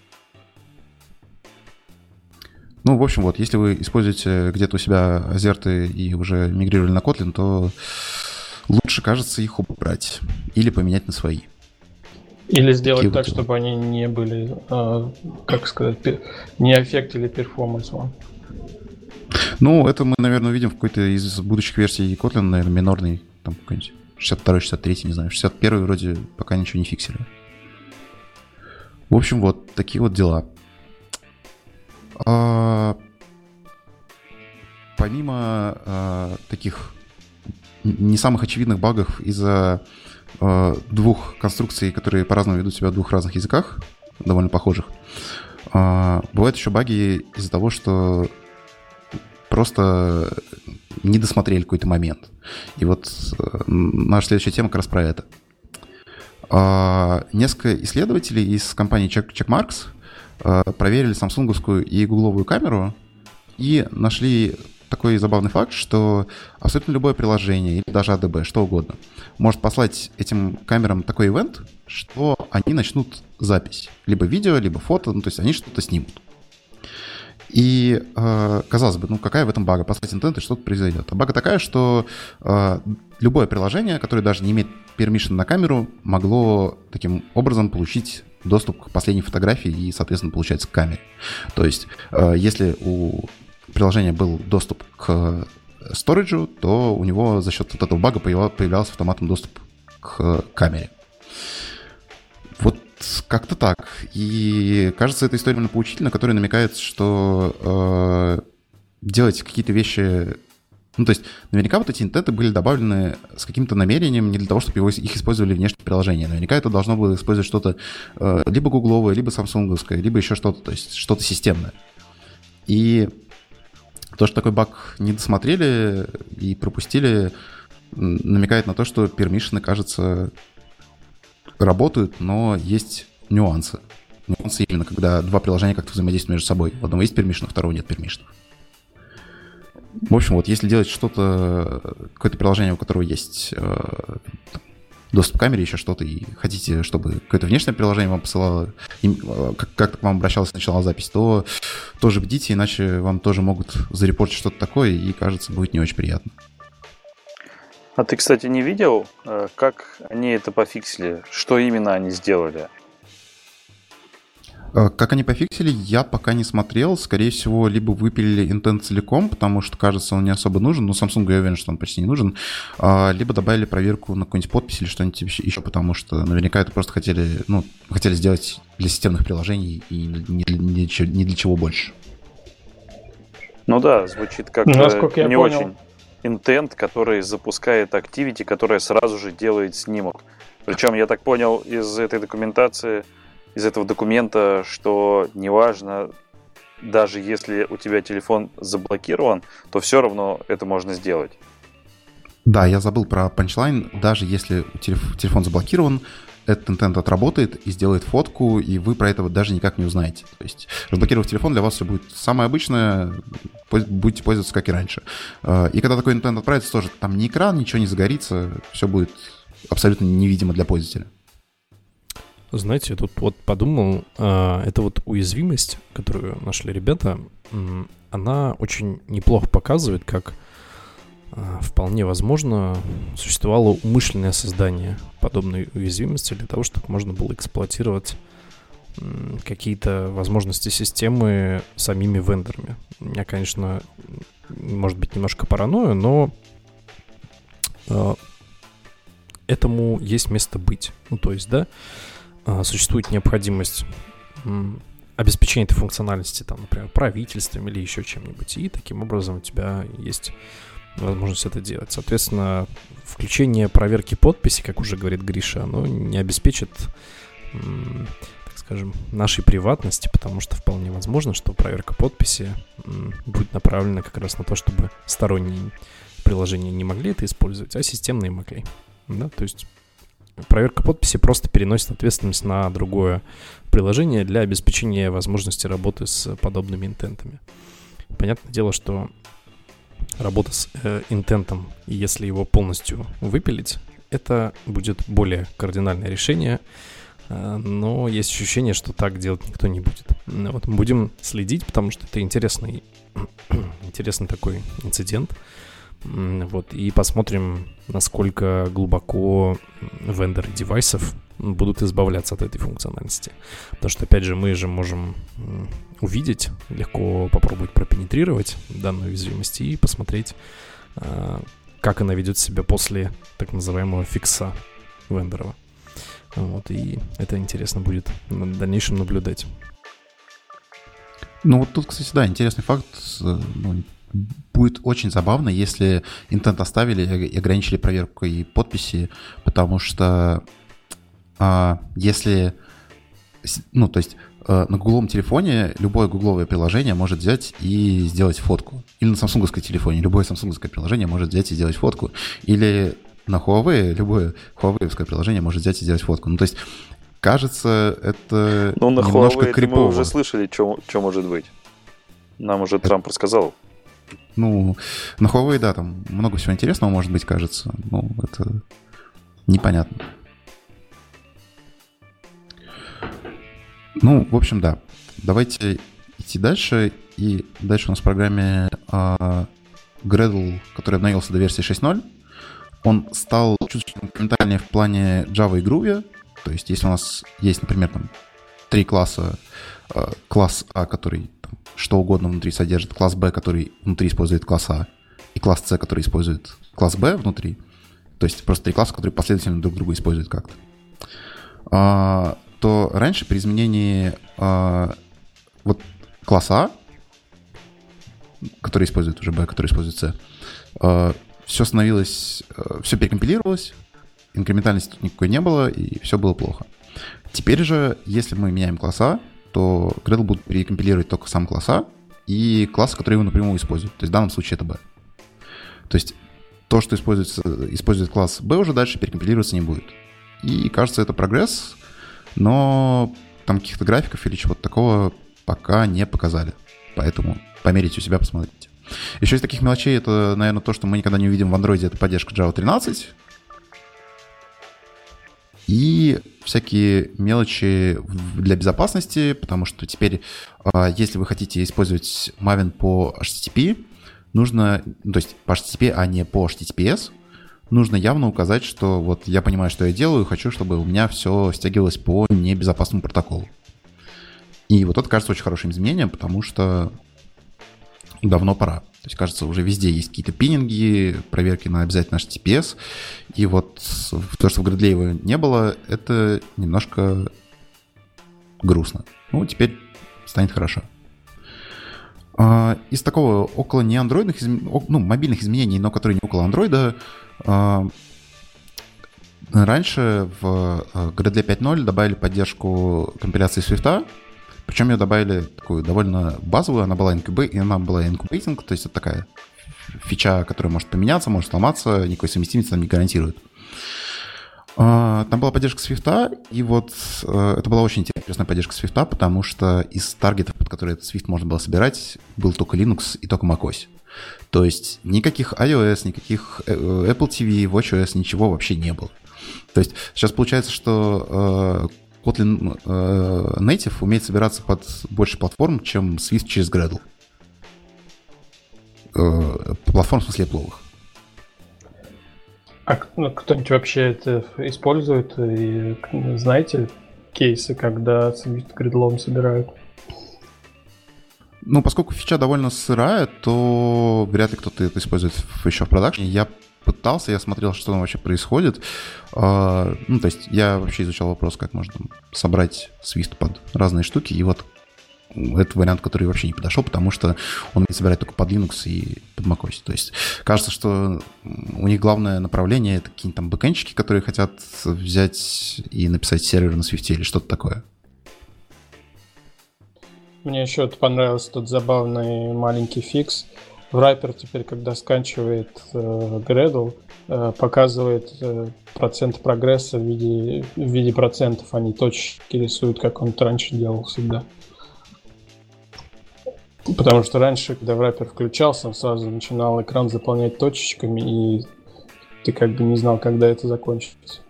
Ну, в общем, вот, если вы используете где-то у себя азерты и уже мигрировали на Kotlin, то лучше, кажется, их убрать или поменять на свои. Или сделать Такие так, вот. чтобы они не были, э, как сказать, не аффектили перформанс вам. Ну, это мы, наверное, увидим в какой-то из будущих версий Kotlin, наверное, минорный, там какой-нибудь шестьдесят второй, шестьдесят третий, не знаю, шестьдесят первый вроде пока ничего не фиксили. В общем, вот такие вот дела. А, помимо а, таких не самых очевидных багов из-за а, двух конструкций, которые по-разному ведут себя в двух разных языках, довольно похожих, а, бывают еще баги из-за того, что просто не досмотрели какой-то момент. И вот а, наша следующая тема как раз про это. А, несколько исследователей из компании Check, Checkmarks проверили самсунговскую и гугловую камеру и нашли такой забавный факт, что абсолютно любое приложение или даже эй ди би, что угодно, может послать этим камерам такой ивент, что они начнут запись. Либо видео, либо фото, ну то есть они что-то снимут. И, э, казалось бы, ну какая в этом бага? Послать интент, и что-то произойдет. А бага такая, что э, любое приложение, которое даже не имеет permission на камеру, могло таким образом получить доступ к последней фотографии и, соответственно, получается, к камере. То есть, э, если у приложения был доступ к сториджу, то у него за счет вот этого бага появлялся автоматом доступ к камере. Вот как-то так. И кажется, эта история поучительна, которая намекает, что э, делать какие-то вещи... Ну, то есть, наверняка вот эти интенты были добавлены с каким-то намерением не для того, чтобы его, их использовали внешние приложения. Наверняка это должно было использовать что-то э, либо гугловое, либо самсунговское, либо еще что-то, то есть что-то системное. И то, что такой баг не досмотрели и пропустили, намекает на то, что пермишины, кажется, работают, но есть нюансы. Нюансы именно, когда два приложения как-то взаимодействуют между собой. У одного есть пермишин, у второго нет пермишинов. В общем, вот если делать что-то, какое-то приложение, у которого есть э, доступ к камере, еще что-то, и хотите, чтобы какое-то внешнее приложение вам посылало, как-то к вам обращалось, начала запись, то тоже бдите, иначе вам тоже могут зарепортить что-то такое, и, кажется, будет не очень приятно. А ты, кстати, не видел, как они это пофиксили? Что именно они сделали? Как они пофиксили, я пока не смотрел. Скорее всего, либо выпилили интент целиком, потому что, кажется, он не особо нужен. Ну, Samsung, я уверен, что он почти не нужен. Либо добавили проверку на какую-нибудь подпись или что-нибудь еще, потому что наверняка это просто хотели, ну, хотели сделать для системных приложений и не для, не для чего больше. Ну да, звучит как Насколько не я понял. очень интент, который запускает activity, которая сразу же делает снимок. Причем, я так понял из этой документации... из этого документа, что неважно, даже если у тебя телефон заблокирован, то все равно это можно сделать. Да, я забыл про панчлайн. Даже если телефон заблокирован, этот интент отработает и сделает фотку, и вы про это даже никак не узнаете. То есть разблокировав телефон, для вас все будет самое обычное, будете пользоваться как и раньше. И когда такой интент отправится, тоже там ни экран, ничего не загорится, все будет абсолютно невидимо для пользователя. Знаете, я тут вот подумал, эта вот уязвимость, которую нашли ребята, она очень неплохо показывает, как вполне возможно существовало умышленное создание подобной уязвимости для того, чтобы можно было эксплуатировать какие-то возможности системы самими вендорами. У меня, конечно, может быть немножко паранойя, но этому есть место быть. Ну, то есть, да, существует необходимость обеспечения этой функциональности, там, например, правительством или еще чем-нибудь, и таким образом у тебя есть возможность это делать. Соответственно, включение проверки подписи, как уже говорит Гриша, оно не обеспечит, так скажем, нашей приватности, потому что вполне возможно, что проверка подписи будет направлена как раз на то, чтобы сторонние приложения не могли это использовать, а системные могли. Да? То есть проверка подписи просто переносит ответственность на другое приложение для обеспечения возможности работы с подобными интентами. Понятное дело, что работа с э, интентом, и если его полностью выпилить, это будет более кардинальное решение, э, но есть ощущение, что так делать никто не будет. Вот, будем следить, потому что это интересный, интересный такой инцидент. Вот, и посмотрим, насколько глубоко вендоры девайсов будут избавляться от этой функциональности. Потому что, опять же, мы же можем увидеть, легко попробовать пропенетрировать данную уязвимость и посмотреть, как она ведет себя после так называемого фикса вендора. Вот, и это интересно будет в дальнейшем наблюдать. Ну, вот тут, кстати, да, интересный факт. Ну, будет очень забавно, если интент оставили и ограничили проверкой подписи, потому что а, если, ну, то есть а, на гугловом телефоне любое гугловое приложение может взять и сделать фотку. Или на самсунговском телефоне любое самсунговское приложение может взять и сделать фотку. Или на Huawei любое хуавеевское приложение может взять и сделать фотку. Ну, то есть, кажется, это ну, на немножко Huawei крипово. Мы уже слышали, что может быть. Нам уже это... Трамп рассказал. Ну, на Huawei, да, там много всего интересного может быть, кажется. Ну, это непонятно. Ну, в общем, да. Давайте идти дальше. И дальше у нас в программе э, Gradle, который обновился до версии шесть ноль. Он стал чуть-чуть инкрементальнее в плане Java и Groovy. То есть, если у нас есть, например, там три класса, э, класс А, который там, что угодно внутри содержит, класс Б, который внутри использует класс А, и класс С, который использует класс Б внутри, то есть просто три класса, которые последовательно друг друга используют как-то, э, то раньше при изменении э, вот класса А, который использует уже Б, который использует С, э, все становилось, э, все перекомпилировалось, инкрементальности тут никакой не было, и все было плохо. Теперь же, если мы меняем класса, то Gradle будет перекомпилировать только сам класс А и классы, которые его напрямую используют. То есть в данном случае это B. То есть то, что используется, использует класс B, уже дальше перекомпилироваться не будет. И кажется, это прогресс, но там каких-то графиков или чего-то такого пока не показали. Поэтому померите у себя, посмотрите. Еще из таких мелочей это, наверное, то, что мы никогда не увидим в Android, это поддержка Java тринадцать. И всякие мелочи для безопасности, потому что теперь, если вы хотите использовать Maven по эйч ти ти пи, нужно, то есть по эйч ти ти пи, а не по эйч ти ти пи эс, нужно явно указать, что вот я понимаю, что я делаю, хочу, чтобы у меня все стягивалось по небезопасному протоколу. И вот это кажется очень хорошим изменением, потому что давно пора. То есть, кажется, уже везде есть какие-то пининги, проверки на обязательно эйч ти ти пи эс. И вот то, что в Gradle его не было, это немножко грустно. Ну, теперь станет хорошо. Из такого около не андроидных, ну, мобильных изменений, но которые не около андроида, раньше в Gradle пять ноль добавили поддержку компиляции Swift. Причем ее добавили такую довольно базовую, она была инкубей, она была инкубейтинг, то есть это такая фича, которая может поменяться, может сломаться, никакой совместимости там не гарантирует. Там была поддержка Swift, и вот это была очень интересная поддержка Swift, потому что из таргетов, под которые этот Swift можно было собирать, был только Linux и только macOS. То есть никаких iOS, никаких Apple ти ви, watchOS, ничего вообще не было. То есть сейчас получается, что Kotlin э, Native умеет собираться под больше платформ, чем Swift через Gradle. Э, платформ в смысле пловых. А ну, кто-нибудь вообще это использует? И знаете кейсы, когда Swift Gradle собирают? Ну, поскольку фича довольно сырая, то вряд ли кто-то это использует еще в продакшене. Я пытался, я смотрел, что там вообще происходит. Uh, ну, то есть я вообще изучал вопрос, как можно собрать Swift под разные штуки, и вот это вариант, который вообще не подошел, потому что он умеет собирать только под Linux и под macOS. То есть кажется, что у них главное направление — это какие-нибудь там бэкэндчики, которые хотят взять и написать сервер на Swift или что-то такое. Мне еще понравился тот забавный маленький фикс. Wrapper теперь, когда сканчивает э, Gradle, э, показывает э, процент прогресса в виде, в виде процентов, а не точки рисует, как он раньше делал всегда. Потому что раньше, когда wrapper включался, он сразу начинал экран заполнять точечками, и ты как бы не знал, когда это закончится.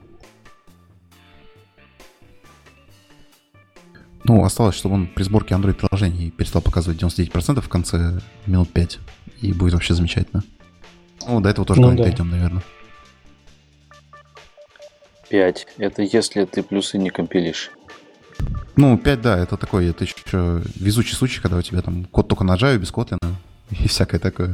Ну, осталось, чтобы он при сборке Android-приложений перестал показывать девяносто девять процентов в конце минут пять, и будет вообще замечательно. Ну, до этого тоже ну, когда-нибудь да. дойдем, наверное. пять. Это если ты плюсы не компилишь. Ну, пять, да, это такой, это еще везучий случай, когда у тебя там код только на Java, без Kotlin и всякое такое.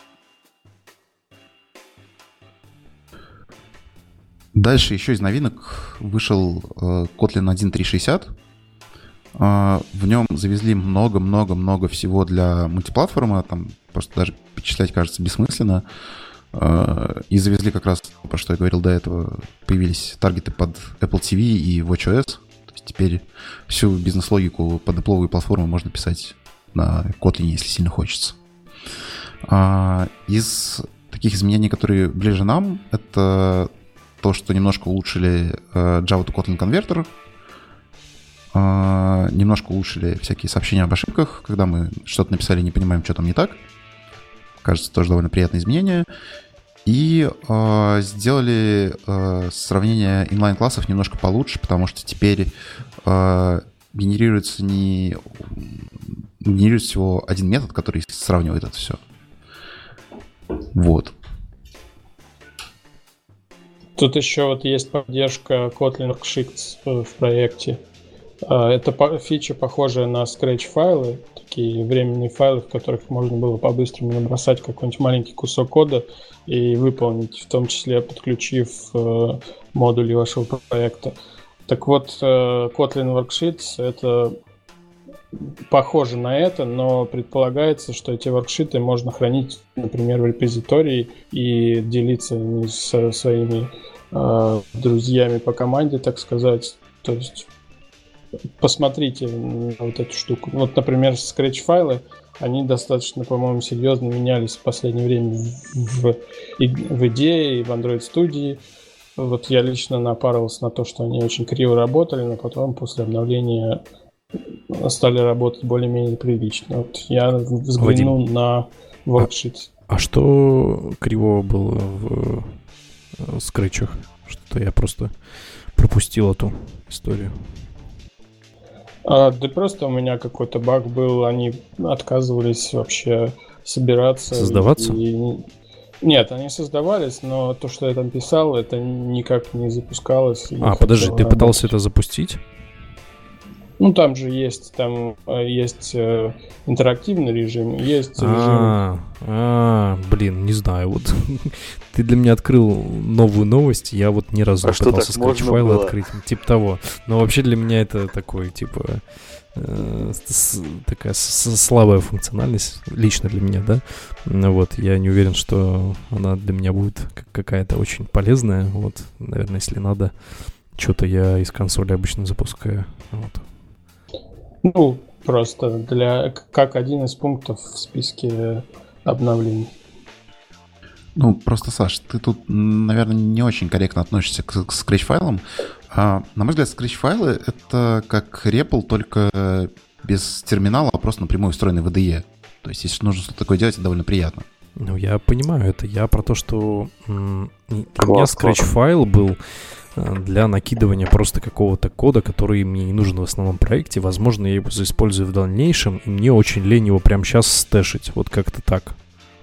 Дальше еще из новинок вышел э, Kotlin один точка три шестьдесят. Э, в нем завезли много-много-много всего для мультиплатформы, там просто даже перечислять кажется бессмысленно. Э, и завезли как раз, про что я говорил до этого, появились таргеты под Apple ти ви и watchOS. То есть теперь всю бизнес-логику под Apple платформу можно писать на Kotlin, если сильно хочется. Э, из таких изменений, которые ближе нам, это то, что немножко улучшили uh, Java to Kotlin конвертер, uh, немножко улучшили всякие сообщения об ошибках, когда мы что-то написали и не понимаем, что там не так. Кажется, тоже довольно приятное изменение. И uh, сделали uh, сравнение inline-классов немножко получше, потому что теперь uh, генерируется не генерируется всего один метод, который сравнивает это все. Вот. Тут еще вот есть поддержка Kotlin Worksheets в проекте. Это фича, похожая на Scratch-файлы, такие временные файлы, в которых можно было по-быстрому набросать какой-нибудь маленький кусок кода и выполнить, в том числе подключив модули вашего проекта. Так вот, Kotlin Worksheets — это похоже на это, но предполагается, что эти воркшиты можно хранить, например, в репозитории и делиться ими со своими э, друзьями по команде, так сказать. То есть посмотрите на вот эту штуку. Вот, например, Scratch-файлы, они достаточно, по-моему, серьезно менялись в последнее время в, в, в идее и в Android Studio. Вот я лично напарывался на то, что они очень криво работали, но потом после обновления стали работать более-менее прилично. Вот я взглянул Вадим, на Worksheet. А, а что криво было в, в скретчах? Что-то я просто пропустил эту историю. А, да просто у меня какой-то баг был, они отказывались вообще собираться. Создаваться? И... Нет, они создавались, но то, что я там писал, это никак не запускалось. А, подожди, ты работать. Пытался это запустить? Ну, там же есть, там есть э, интерактивный режим, есть режим... А, а, блин, не знаю, вот ты для меня открыл новую новость, я вот ни разу не пытался скретч-файлы открыть, типа того. Но вообще для меня это такой, типа, э, с, такая с, слабая функциональность, лично для меня, да. Вот, я не уверен, что она для меня будет какая-то очень полезная, вот, наверное, если надо, что-то я из консоли обычно запускаю, вот. Ну, просто для как один из пунктов в списке обновлений. Ну, просто, Саш, ты тут, наверное, не очень корректно относишься к, к скретч-файлам. А, на мой взгляд, скретч-файлы — это как репл, только без терминала, а просто напрямую встроенный в ай ди и. То есть, если нужно что-то такое делать, это довольно приятно. Ну, я понимаю это. Я про то, что м- для меня скретч-файл был для накидывания просто какого-то кода, который мне не нужен в основном проекте. Возможно, я его использую в дальнейшем, и мне очень лень его прямо сейчас стэшить. Вот как-то так.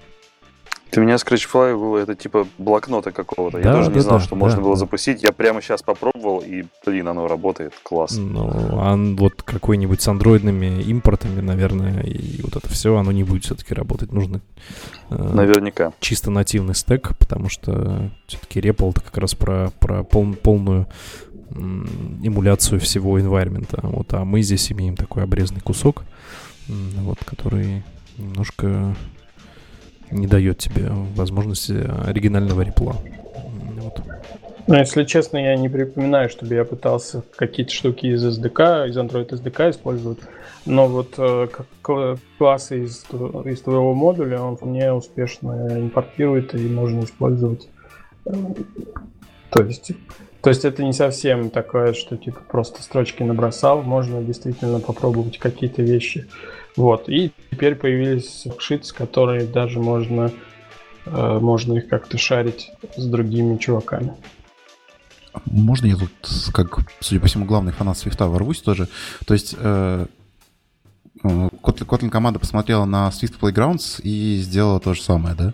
Ты меня Scratch-файл было, это типа блокнота какого-то. Да, я тоже да, не знал, да, что да, можно да. было запустить. Я прямо сейчас попробовал, и, блин, оно работает. Класс. Ну, а вот какой-нибудь с андроидными импортами, наверное, и вот это все, оно не будет все-таки работать. Нужно э, наверняка чисто нативный стэк, потому что все-таки репл — это как раз про, про пол, полную м, эмуляцию всего environment. Вот, а мы здесь имеем такой обрезанный кусок, м, вот, который немножко не дает тебе возможности оригинального репла. Вот. Ну, если честно, я не припоминаю, чтобы я пытался какие-то штуки из эс ди кей, из Android эс ди кей использовать. Но вот э, классы из, из твоего модуля он вполне успешно импортирует, и можно использовать. То есть, то есть это не совсем такое, что типа просто строчки набросал, можно действительно попробовать какие-то вещи. Вот. И теперь появились worksheets, которые даже можно, э, можно их как-то шарить с другими чуваками. Можно я тут, как, судя по всему, главный фанат Свифта ворвусь тоже? То есть э, Kotlin, Kotlin команда посмотрела на Swift Playgrounds и сделала то же самое, да?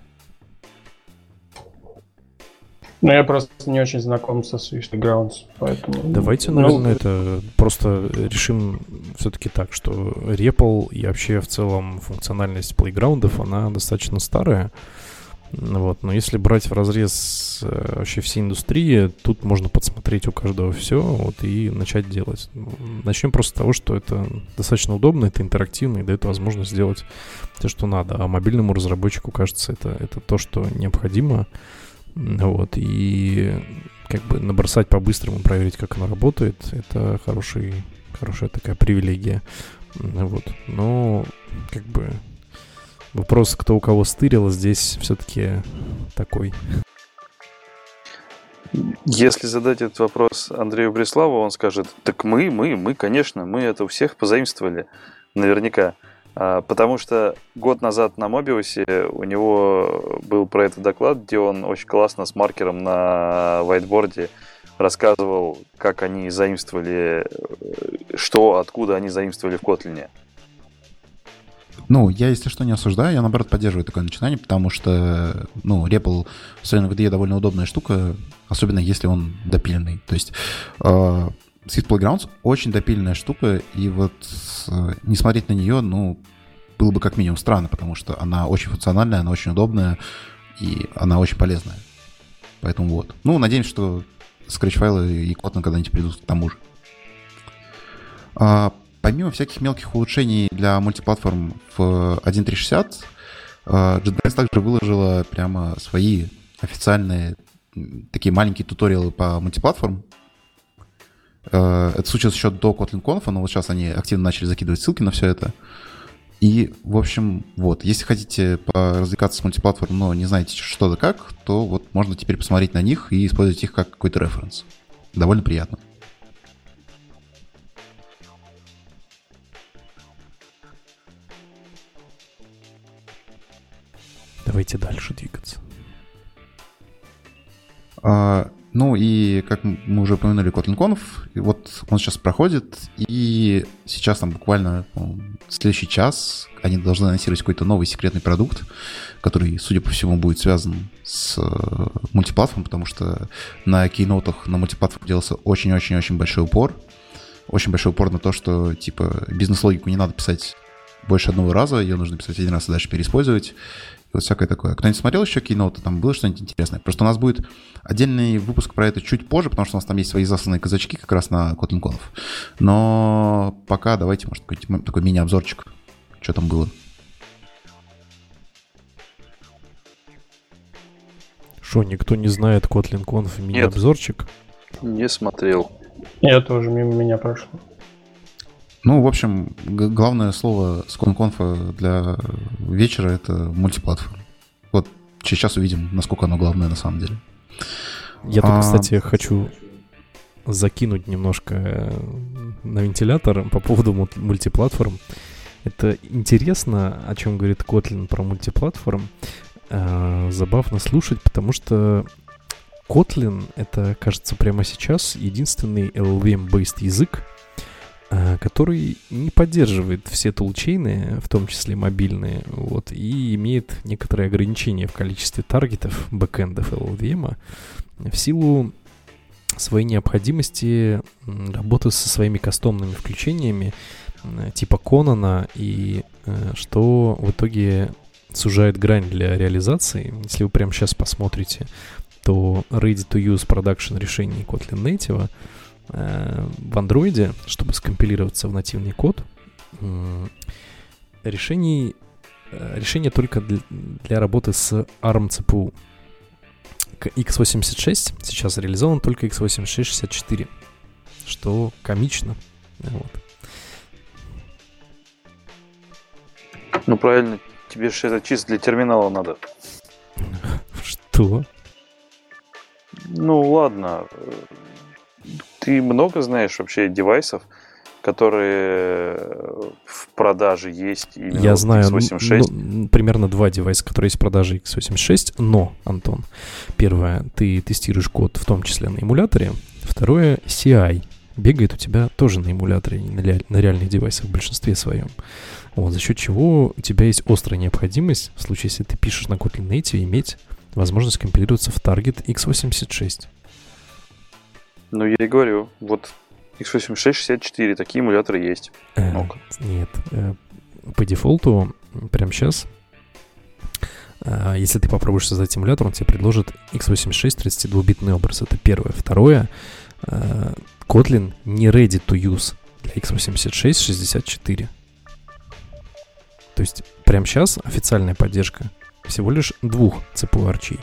Ну, я просто не очень знаком со Swift Playgrounds, поэтому... Давайте, ну, наверное, это просто решим все-таки так, что эр и пи эл и вообще в целом функциональность плейграундов, она достаточно старая. Вот. Но если брать в разрез вообще всей индустрии, тут можно подсмотреть у каждого все вот, и начать делать. Начнем просто с того, что это достаточно удобно, это интерактивно и дает возможность сделать все, что надо. А мобильному разработчику, кажется, это, это то, что необходимо. Вот. И как бы набросать по-быстрому, проверить, как оно работает, это хороший, хорошая такая привилегия. Вот. Но как бы... Вопрос, кто у кого стырил, здесь все-таки такой. Если задать этот вопрос Андрею Бреславу, он скажет, так мы, мы, мы, конечно, мы это у всех позаимствовали, наверняка. А, потому что год назад на Мобиусе у него был про это доклад, где он очень классно с маркером на whiteboard рассказывал, как они заимствовали, что, откуда они заимствовали в Kotlin. Ну, я, если что, не осуждаю, я, наоборот, поддерживаю такое начинание, потому что, ну, репл, особенно в ай ди и, довольно удобная штука, особенно если он допиленный. То есть э, Swift Playgrounds очень допиленная штука, и вот э, не смотреть на нее, ну, было бы как минимум странно, потому что она очень функциональная, она очень удобная, и она очень полезная. Поэтому вот. Ну, надеемся, что скретч-файлы и Kotlin когда-нибудь придут к тому же. А, Помимо всяких мелких улучшений для мультиплатформ в один точка триста шестьдесят, JetBrains также выложила прямо свои официальные такие маленькие туториалы по мультиплатформ. Это случилось еще до KotlinConf, но вот сейчас они активно начали закидывать ссылки на все это. И, в общем, вот, если хотите развлекаться с мультиплатформой, но не знаете, что да как, то вот можно теперь посмотреть на них и использовать их как какой-то референс. Довольно приятно. Давайте дальше двигаться. А, ну и, как мы уже упомянули, KotlinConf, и вот он сейчас проходит, и сейчас там буквально ну, следующий час они должны анонсировать какой-то новый секретный продукт, который, судя по всему, будет связан с э, мультиплатформой, потому что на кейнотах на мультиплатформ делался очень-очень-очень большой упор. Очень большой упор на то, что, типа, бизнес-логику не надо писать больше одного раза, ее нужно писать один раз и дальше переиспользовать. Вот всякое такое. Кто-нибудь смотрел еще Keynote? Там было что-нибудь интересное? Просто у нас будет отдельный выпуск про это чуть позже, потому что у нас там есть свои засланные казачки как раз на KotlinConf. Но пока давайте, может, какой-нибудь такой мини-обзорчик. Что там было? Что, никто не знает KotlinConf мини-обзорчик? Не смотрел. Я тоже мимо меня прошло. Ну, в общем, г- главное слово с KotlinConf для вечера — это мультиплатформа. Вот сейчас увидим, насколько оно главное на самом деле. Я тут, А... кстати, хочу закинуть немножко на вентилятор по поводу мультиплатформ. Это интересно, о чем говорит Kotlin про мультиплатформ. Забавно слушать, потому что Kotlin — это, кажется, прямо сейчас единственный эл эл ви эм-based язык, который не поддерживает все тулчейны, в том числе мобильные, вот, и имеет некоторые ограничения в количестве таргетов бэкэндов эл эл ви эм в силу своей необходимости работы со своими кастомными включениями типа Конана, и что в итоге сужает грань для реализации. Если вы прямо сейчас посмотрите, то ready to use production решений Kotlin Native в андроиде, чтобы скомпилироваться в нативный код, решений, решение только для, для работы с арм си пи ю. икс восемьдесят шесть сейчас реализован только икс восемьдесят шесть шестьдесят четыре, что комично. Вот. Ну, правильно, тебе же это чисто для терминала надо. Что? Ну ладно, ты много знаешь вообще девайсов, которые в продаже есть именно Я вот знаю икс восемьдесят шесть? ну, примерно два девайса, которые есть в продаже икс восемьдесят шесть, но, Антон, первое, ты тестируешь код в том числе на эмуляторе, второе, си ай бегает у тебя тоже на эмуляторе, на, ре- на реальных девайсах в большинстве своем. Вот, за счет чего у тебя есть острая необходимость, в случае, если ты пишешь на Kotlin Native, иметь возможность компилироваться в Target икс восемьдесят шесть. Ну, я и говорю, вот икс восемьдесят шесть шестьдесят четыре, такие эмуляторы есть. Э, Много. Нет. э, По дефолту, прямо сейчас, э, если ты попробуешь создать эмулятор, он тебе предложит икс восемьдесят шесть тридцатидвухбитный образ. Это первое. Второе. э, Kotlin не ready to use для икс восемьдесят шесть шестьдесят четыре. То есть прямо сейчас официальная поддержка всего лишь двух си пи ю-арчей.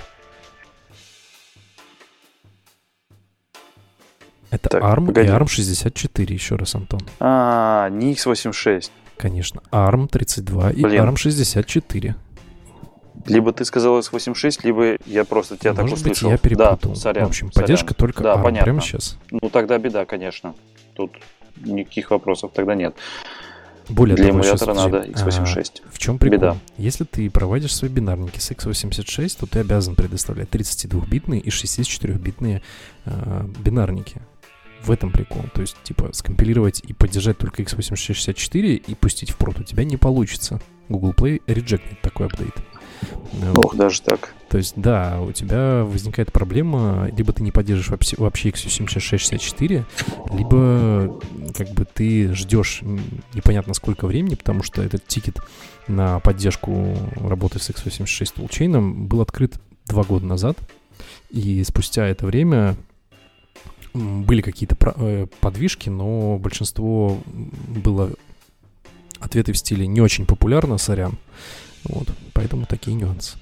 Это Так, арм погоди. и арм шестьдесят четыре, еще раз, Антон. А, не икс восемьдесят шесть. Конечно. арм тридцать два и Блин. арм шестьдесят четыре. Либо ты сказал икс восемьдесят шесть, либо я просто тебя так Может быть, услышал. я перепутал. Да, сорян, В общем, сорян. поддержка только Да, арм понятно. прямо сейчас. Ну, тогда беда, конечно. Тут никаких вопросов тогда нет. Более Для того, сейчас, эмулятора подожди, надо икс восемьдесят шесть. а, в чем прикол? Беда. Если ты проводишь свои бинарники с икс восемьдесят шесть, то ты обязан предоставлять тридцатидвухбитные и шестидесятичетырёхбитные а, бинарники. В этом прикол. То есть, типа, скомпилировать и поддержать только икс восемьдесят шесть шестьдесят четыре и пустить в прод у тебя не получится. Google Play реджектнет такой апдейт. Ох, даже так. То есть, да, у тебя возникает проблема, либо ты не поддерживаешь вообще, вообще икс восемьдесят шесть шестьдесят четыре, либо как бы ты ждешь непонятно сколько времени, потому что этот тикет на поддержку работы с икс восемьдесят шесть Toolchain был открыт два года назад, и спустя это время были какие-то подвижки, но большинство было ответы в стиле «не очень популярно, сорян». Вот, поэтому такие нюансы.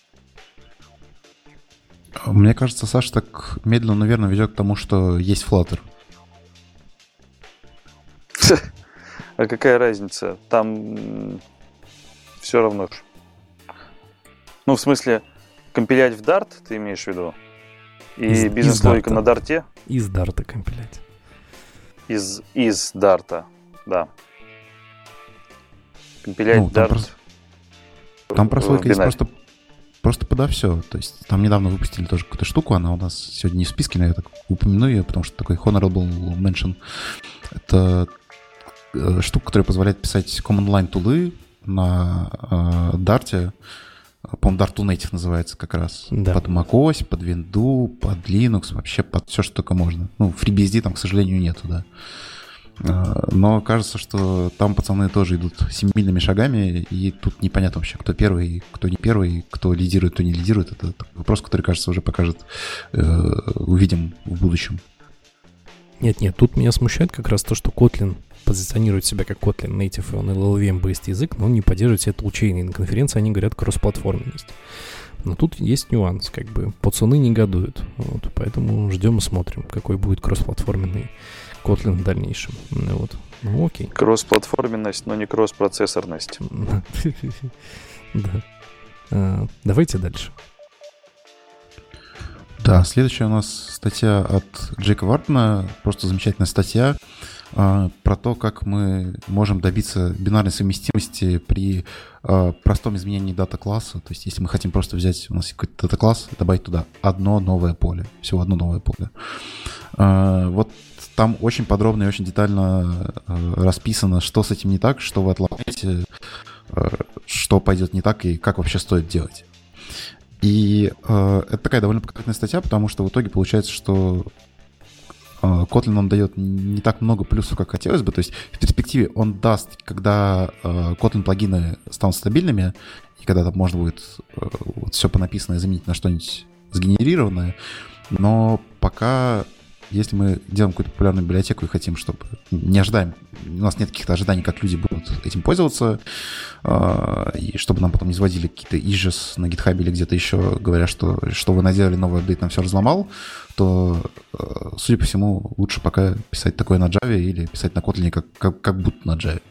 Мне кажется, Саша так медленно, наверное, ведет к тому, что есть Flutter. А какая разница? Там все равно ж. Ну, в смысле, компилять в Dart, ты имеешь в виду? И Из- из бизнес-логика Dart. на Дарте? Из дарта компилять. Из, из Дарта, да. Компилять Ну, там Dart. просто- Там в прослойка есть бинаре. просто, просто подо все. То есть там недавно выпустили тоже какую-то штуку, она у нас сегодня не в списке, но я так упомяну ее, потому что такой honorable mention. Это э, штука, которая позволяет писать command line тулы на э, Dart. По-моему, Dart to Native называется как раз. Да. Под macOS, под Windows, под Linux, вообще под все, что только можно. Ну, FreeBSD там, к сожалению, нету, да. Э, Но кажется, что там пацаны тоже идут семимильными шагами, и тут непонятно вообще, кто первый, кто не первый, кто лидирует, кто не лидирует. Это такой вопрос, который, кажется, уже покажет, э, увидим в будущем. Нет-нет, тут меня смущает как раз то, что Kotlin позиционирует себя как Kotlin Native, и он эл эл ви эм-based язык, но он не поддерживает все toolchain. И на конференции они говорят кроссплатформенность. Но тут есть нюанс, как бы пацаны негодуют. Вот, поэтому ждем и смотрим, какой будет кроссплатформенный Kotlin в дальнейшем. Ну, вот. Ну, окей. Кросс-платформенность, но не кросс-процессорность. Да. А, Давайте дальше. Да, следующая у нас статья от Джейка Вартона, просто замечательная статья э, про то, как мы можем добиться бинарной совместимости при э, простом изменении дата-класса. То есть если мы хотим просто взять, у нас есть какой-то дата-класс, добавить туда одно новое поле, всего одно новое поле. Э, вот там очень подробно и очень детально э, расписано, что с этим не так, что вы отломаете, э, что пойдет не так и как вообще стоит делать. И э, это такая довольно показательная статья, потому что в итоге получается, что э, Kotlin нам дает не так много плюсов, как хотелось бы. То есть в перспективе он даст, когда э, Kotlin плагины станут стабильными, и когда там можно будет э, вот все понаписанное заменить на что-нибудь сгенерированное. Но пока, если мы делаем какую-то популярную библиотеку и хотим, чтобы не ожидаем, у нас нет каких-то ожиданий, как люди будут этим пользоваться, и чтобы нам потом не изводили какие-то issues на GitHub или где-то еще, говоря, что, что вы наделали, новый апдейт нам все разломал, то, судя по всему, лучше пока писать такое на Java или писать на Kotlin как, как, как будто на Java.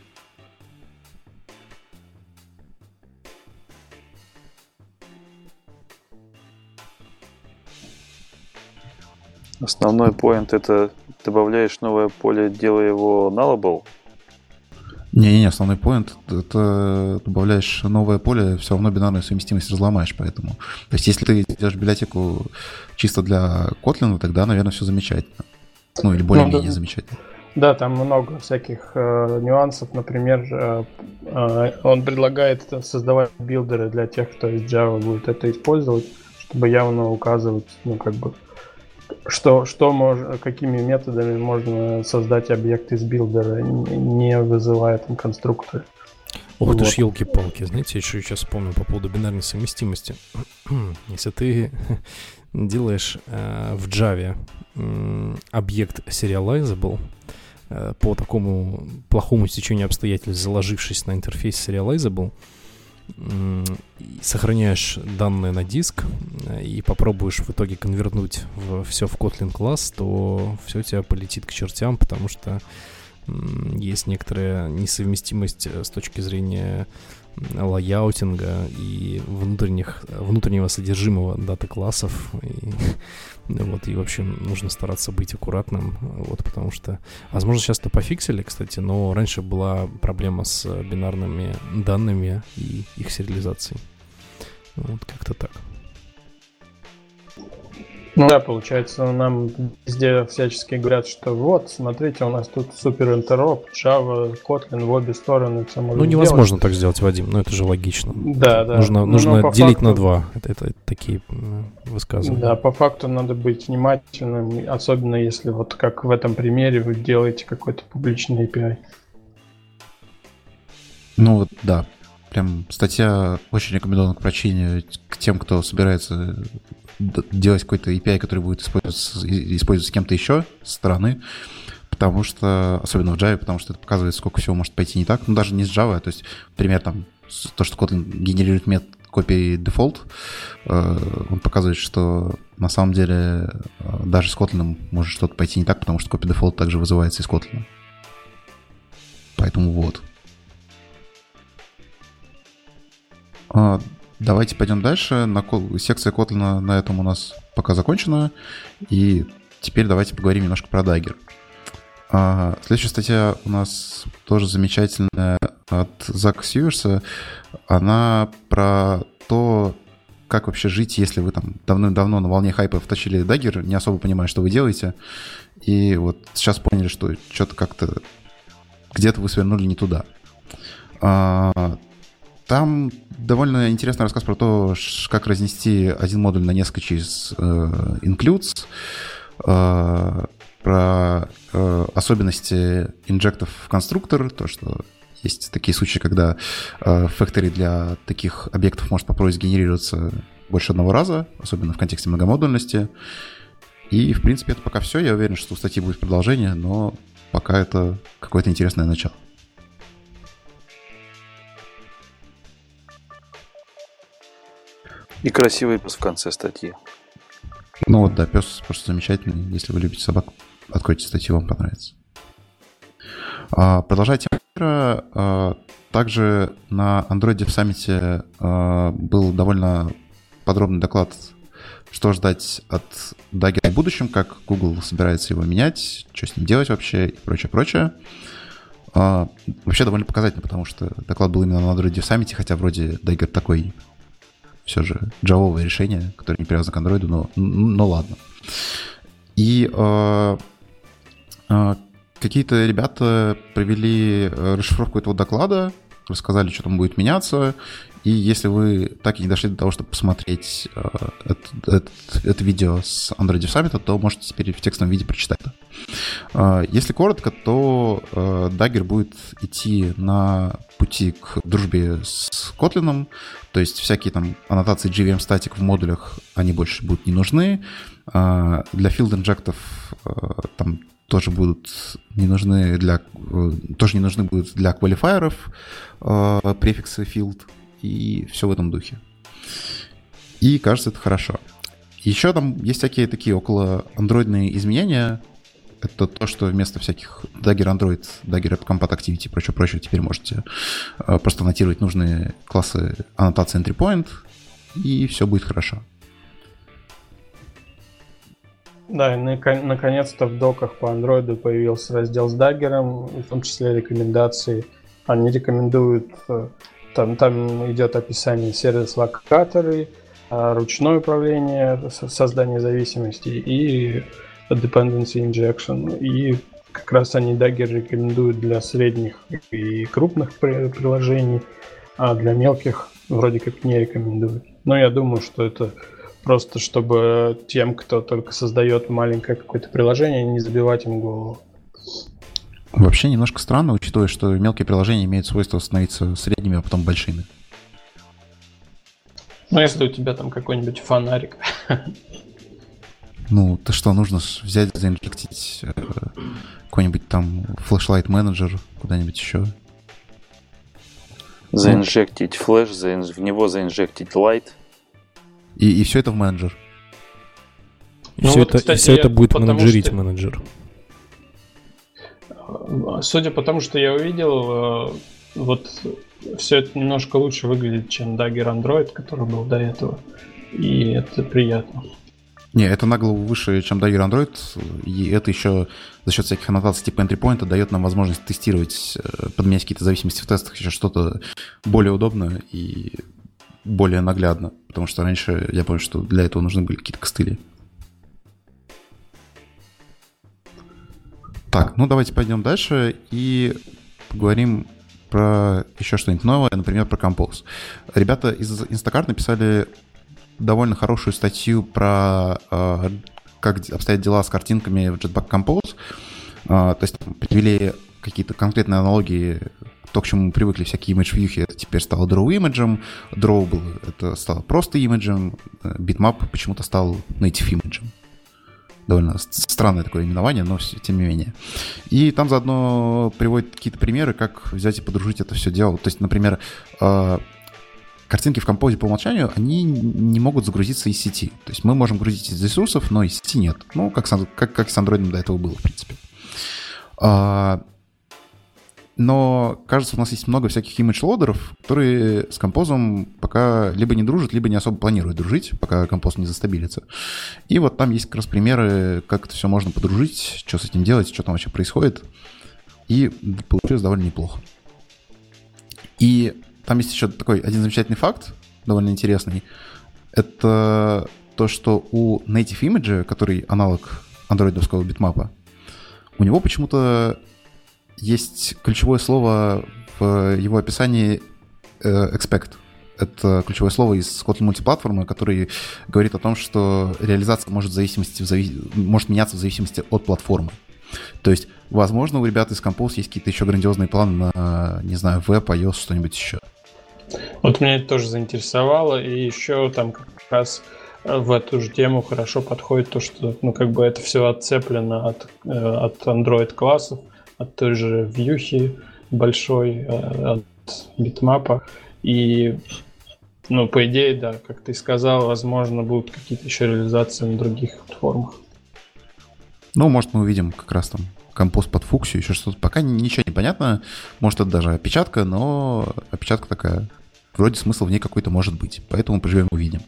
Основной point — это добавляешь новое поле, делая его nullable. Не-не-не, основной point — это добавляешь новое поле, все равно бинарную совместимость разломаешь, поэтому. То есть если ты делаешь библиотеку чисто для Kotlin, тогда, наверное, все замечательно. Ну, или более-менее ну, да, замечательно. Да, там много всяких э, нюансов. Например, э, э, он предлагает создавать билдеры для тех, кто из Java будет это использовать, чтобы явно указывать, ну, как бы, что, что мож, какими методами можно создать объект из билдера, не вызывая там конструкторы. Ох вот. Ты ж елки-палки, знаете, я еще сейчас вспомнил по поводу бинарной совместимости. Если ты делаешь э, в Java э, объект serializable э, по такому плохому стечению обстоятельств, заложившись на интерфейс serializable, э, сохраняешь данные на диск э, и попробуешь в итоге конвертнуть в, все в Kotlin класс, то все у тебя полетит к чертям, потому что э, есть некоторая несовместимость с точки зрения лайаутинга и внутренних, внутреннего содержимого дата-классов. И, вот, и, в общем, нужно стараться быть аккуратным, вот, потому что, возможно, сейчас это пофиксили, кстати, но раньше была проблема с бинарными данными и их сериализацией. Вот, как-то так. Ну да, получается, нам везде всячески говорят, что вот, смотрите, у нас тут супер интероп, Java, Kotlin в обе стороны. Все можно ну, невозможно сделать. так сделать, Вадим, но это же логично. Да, да. Нужно, нужно делить факту, на два. Это, это такие высказывания. Да, по факту надо быть внимательным, особенно если вот как в этом примере вы делаете какой-то публичный эй пи ай. Ну вот, да. Прям статья очень рекомендована к прочтению к тем, кто собирается делать какой-то эй пи ай, который будет использоваться, использоваться кем-то еще со стороны, потому что, особенно в Java, потому что это показывает, сколько всего может пойти не так. Ну, даже не с Java, то есть, например, там, то, что Kotlin генерирует метод копии default, он показывает, что на самом деле даже с Kotlin может что-то пойти не так, потому что копия default также вызывается из Kotlin. Поэтому вот. Давайте пойдем дальше. На кол... Секция Kotlin на этом у нас пока закончена. И теперь давайте поговорим немножко про Dagger. А, следующая статья у нас тоже замечательная от Зака Сьюерса. Она про то, как вообще жить, если вы там давно-давно на волне хайпа втащили Dagger, не особо понимая, что вы делаете. И вот сейчас поняли, что что-то как-то где-то вы свернули не туда. А, Там довольно интересный рассказ про то, как разнести один модуль на несколько через э, includes, э, про э, особенности инжектов в конструктор, то, что есть такие случаи, когда э, factory для таких объектов может попробовать сгенерироваться больше одного раза, особенно в контексте многомодульности. И, в принципе, это пока все. Я уверен, что у статьи будет продолжение, но пока это какое-то интересное начало. И красивый пес в конце статьи. Ну вот, да, пес просто замечательный. Если вы любите собак, откройте статью, вам понравится. А, продолжая тему мира, а, также на Android Dev Summit а, был довольно подробный доклад, что ждать от Dagger в будущем, как Google собирается его менять, что с ним делать вообще и прочее, прочее. А, вообще довольно показательно, потому что доклад был именно на Android Dev Summit, хотя вроде Dagger такой все же джавовое решение, которое не привязано к Android, но, но ладно. И э, э, какие-то ребята провели расшифровку этого доклада, рассказали, что там будет меняться. И если вы так и не дошли до того, чтобы посмотреть э, это, это, это видео с Android Dev Summit, то можете теперь в текстовом виде прочитать. Э, если коротко, то э, Dagger будет идти на пути к дружбе с Kotlin, то есть всякие там аннотации джей ви эм-статик в модулях, они больше будут не нужны. Э, для field инжектов э, там тоже будут не нужны для, э, тоже не нужны будут для квалифайеров э, префиксы field. И все в этом духе. И кажется, это хорошо. Еще там есть всякие такие около андроидные изменения. Это то, что вместо всяких Dagger Android, Dagger App Compat Activity и прочее-прочее теперь можете просто аннотировать нужные классы аннотации entry point, и все будет хорошо. Да, и нако- наконец-то в доках по Android появился раздел с даггером, в том числе рекомендации. Они рекомендуют, э, там, там идет описание сервис-локаторы, э, ручное управление, со- создание зависимости и dependency injection. И как раз они даггер рекомендуют для средних и крупных при- приложений, а для мелких вроде как не рекомендуют. Но я думаю, что это просто чтобы тем, кто только создает маленькое какое-то приложение, не забивать им голову. Вообще немножко странно, учитывая, что мелкие приложения имеют свойство становиться средними, а потом большими. Ну, если у тебя там какой-нибудь фонарик. Ну, то что, нужно взять, заинжектить э, какой-нибудь там флешлайт менеджер куда-нибудь еще. Заинжектить флеш, заинж... в него заинжектить лайт. И, и все это в менеджер. И Ну все, вот, это, кстати, и все это будет потому менеджерить что- менеджер. Судя по тому, что я увидел, э, вот все это немножко лучше выглядит, чем Dagger Android, который был до этого. И это приятно. Не, это на голову выше, чем Dagger Android, и это еще за счет всяких аннотаций типа entry point дает нам возможность тестировать, э, подменять какие-то зависимости в тестах, еще что-то более удобное и более наглядно. Потому что раньше я помню, что для этого нужны были какие-то костыли. Так, ну давайте пойдем дальше и поговорим про еще что-нибудь новое, например, про Compose. Ребята из Instacart написали довольно хорошую статью про э, как обстоят дела с картинками в Jetpack Compose. Э, то есть привели какие-то конкретные аналогии, то, к чему мы привыкли, всякие image-вьюхи, это теперь стало draw-имиджем, drawable это стало просто имиджем, bitmap почему-то стал native имиджем. Довольно странное такое именование, но тем не менее. И там заодно приводят какие-то примеры, как взять и подружить это все дело. То есть, например, э, картинки в композе по умолчанию, они не могут загрузиться из сети. То есть мы можем грузить из ресурсов, но из сети нет. Ну, как с, как, как с Android до этого было, в принципе. А, но, кажется, у нас есть много всяких имидж-лодеров, которые с композом пока либо не дружат, либо не особо планируют дружить, пока композ не застабилится. И вот там есть как раз примеры, как это все можно подружить, что с этим делать, что там вообще происходит. И получилось довольно неплохо. И там есть еще такой один замечательный факт, довольно интересный. Это то, что у Native Image, который аналог андроидовского битмапа, у него почему-то есть ключевое слово в его описании э, expect. Это ключевое слово из Kotlin мультиплатформы, который говорит о том, что реализация может, в зависимости, в зави... может меняться в зависимости от платформы. То есть, возможно, у ребят из Compose есть какие-то еще грандиозные планы на, не знаю, веб, iOS, что-нибудь еще. Вот меня это тоже заинтересовало, и еще там как раз в эту же тему хорошо подходит то, что ну как бы это все отцеплено от, от Android классов, от той же вьюхи большой, от битмапа, и ну по идее, да, как ты сказал, возможно будут какие-то еще реализации на других платформах. Ну, может, мы увидим как раз там композ под фуксию, еще что-то. Пока ничего не понятно. Может, это даже опечатка, но опечатка такая. Вроде смысл в ней какой-то может быть. Поэтому поживем, увидим.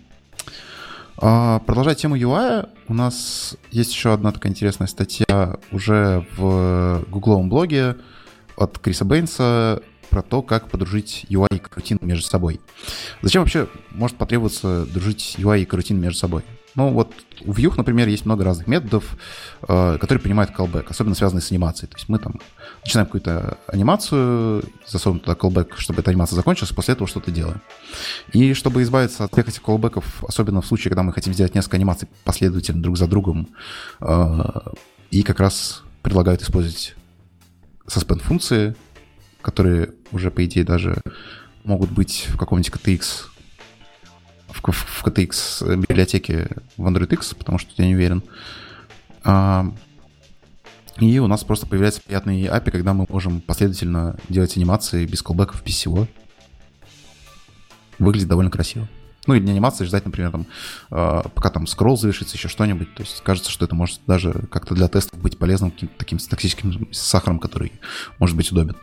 А, продолжая тему ю ай, у нас есть еще одна такая интересная статья уже в гугловом блоге от Криса Бэйнса про то, как подружить ю ай и карутин между собой. Зачем вообще может потребоваться дружить ю ай и карутин между собой? Ну вот у Vue, например, есть много разных методов, э, которые принимают callback, особенно связанные с анимацией. То есть мы там начинаем какую-то анимацию, засовываем туда callback, чтобы эта анимация закончилась, и после этого что-то делаем. И чтобы избавиться от всех этих callback'ов, особенно в случае, когда мы хотим сделать несколько анимаций последовательно друг за другом, э, и как раз предлагают использовать suspend-функции, которые уже, по идее, даже могут быть в каком-нибудь кей ти экс, в, в кей ти экс библиотеке в Android X, потому что я не уверен. А, и у нас просто появляется приятный эй пи ай, когда мы можем последовательно делать анимации без колбеков, без всего. Выглядит довольно красиво. Ну, или не анимации ждать, например, там, пока там скролл завершится, еще что-нибудь. То есть кажется, что это может даже как-то для тестов быть полезным, каким-то таким токсическим сахаром, который может быть удобен.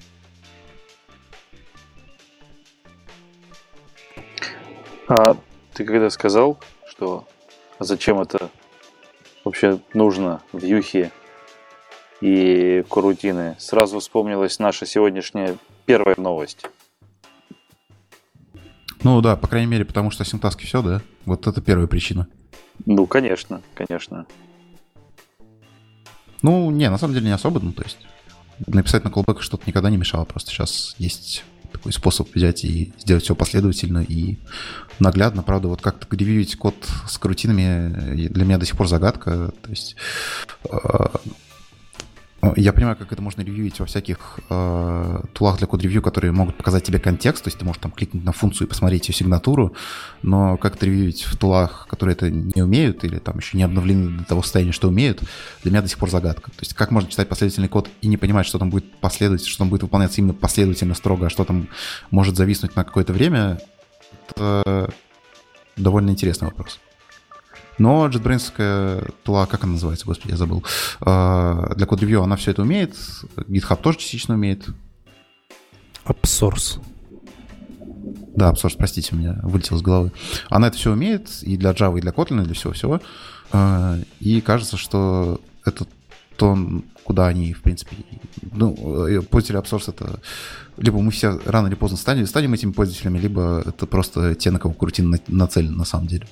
А, ты когда сказал, что зачем это вообще нужно в Юхе и корутины, сразу вспомнилась наша сегодняшняя первая новость. Ну да, по крайней мере, потому что async-task все, да? Вот это первая причина. Ну, конечно, конечно. Ну, не, на самом деле не особо, ну, то есть написать на callback что-то никогда не мешало, просто сейчас есть такой способ взять и сделать все последовательно и наглядно, правда, вот как-то ревьюить код с корутинами для меня до сих пор загадка, то есть я понимаю, как это можно ревьюить во всяких э, тулах для код-ревью, которые могут показать тебе контекст, то есть ты можешь там кликнуть на функцию и посмотреть ее сигнатуру, но как это ревьюить в тулах, которые это не умеют или там еще не обновлены до того состояния, что умеют, для меня до сих пор загадка. То есть как можно читать последовательный код и не понимать, что там будет последовательно, что там будет выполняться именно последовательно, строго, а что там может зависнуть на какое-то время, это довольно интересный вопрос. Но JetBrains тула, как она называется, господи, я забыл, для код-ревью она все это умеет, GitHub тоже частично умеет. AppSource. Да, AppSource, простите, у меня вылетело с головы. Она это все умеет и для Java, и для Kotlin, и для всего-всего. И кажется, что это то, куда они, в принципе... Ну, пользователи AppSource — это... Либо мы все рано или поздно станем, станем этими пользователями, либо это просто те, на кого корутин нацелен на самом деле.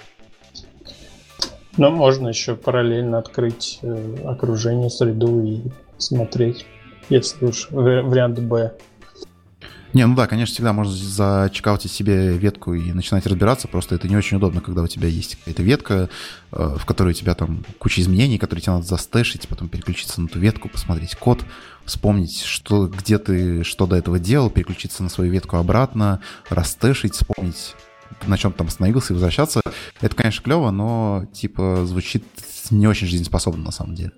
Но можно еще параллельно открыть э, окружение, среду и смотреть, если уж вариант Б. Не, ну да, конечно, всегда можно зачекаутить себе ветку и начинать разбираться, просто это не очень удобно, когда у тебя есть какая-то ветка, э, в которой у тебя там куча изменений, которые тебе надо застэшить, потом переключиться на ту ветку, посмотреть код, вспомнить, что, где ты что до этого делал, переключиться на свою ветку обратно, растэшить, вспомнить, на чем там остановился и возвращаться. Это, конечно, клево, но типа звучит не очень жизнеспособно на самом деле.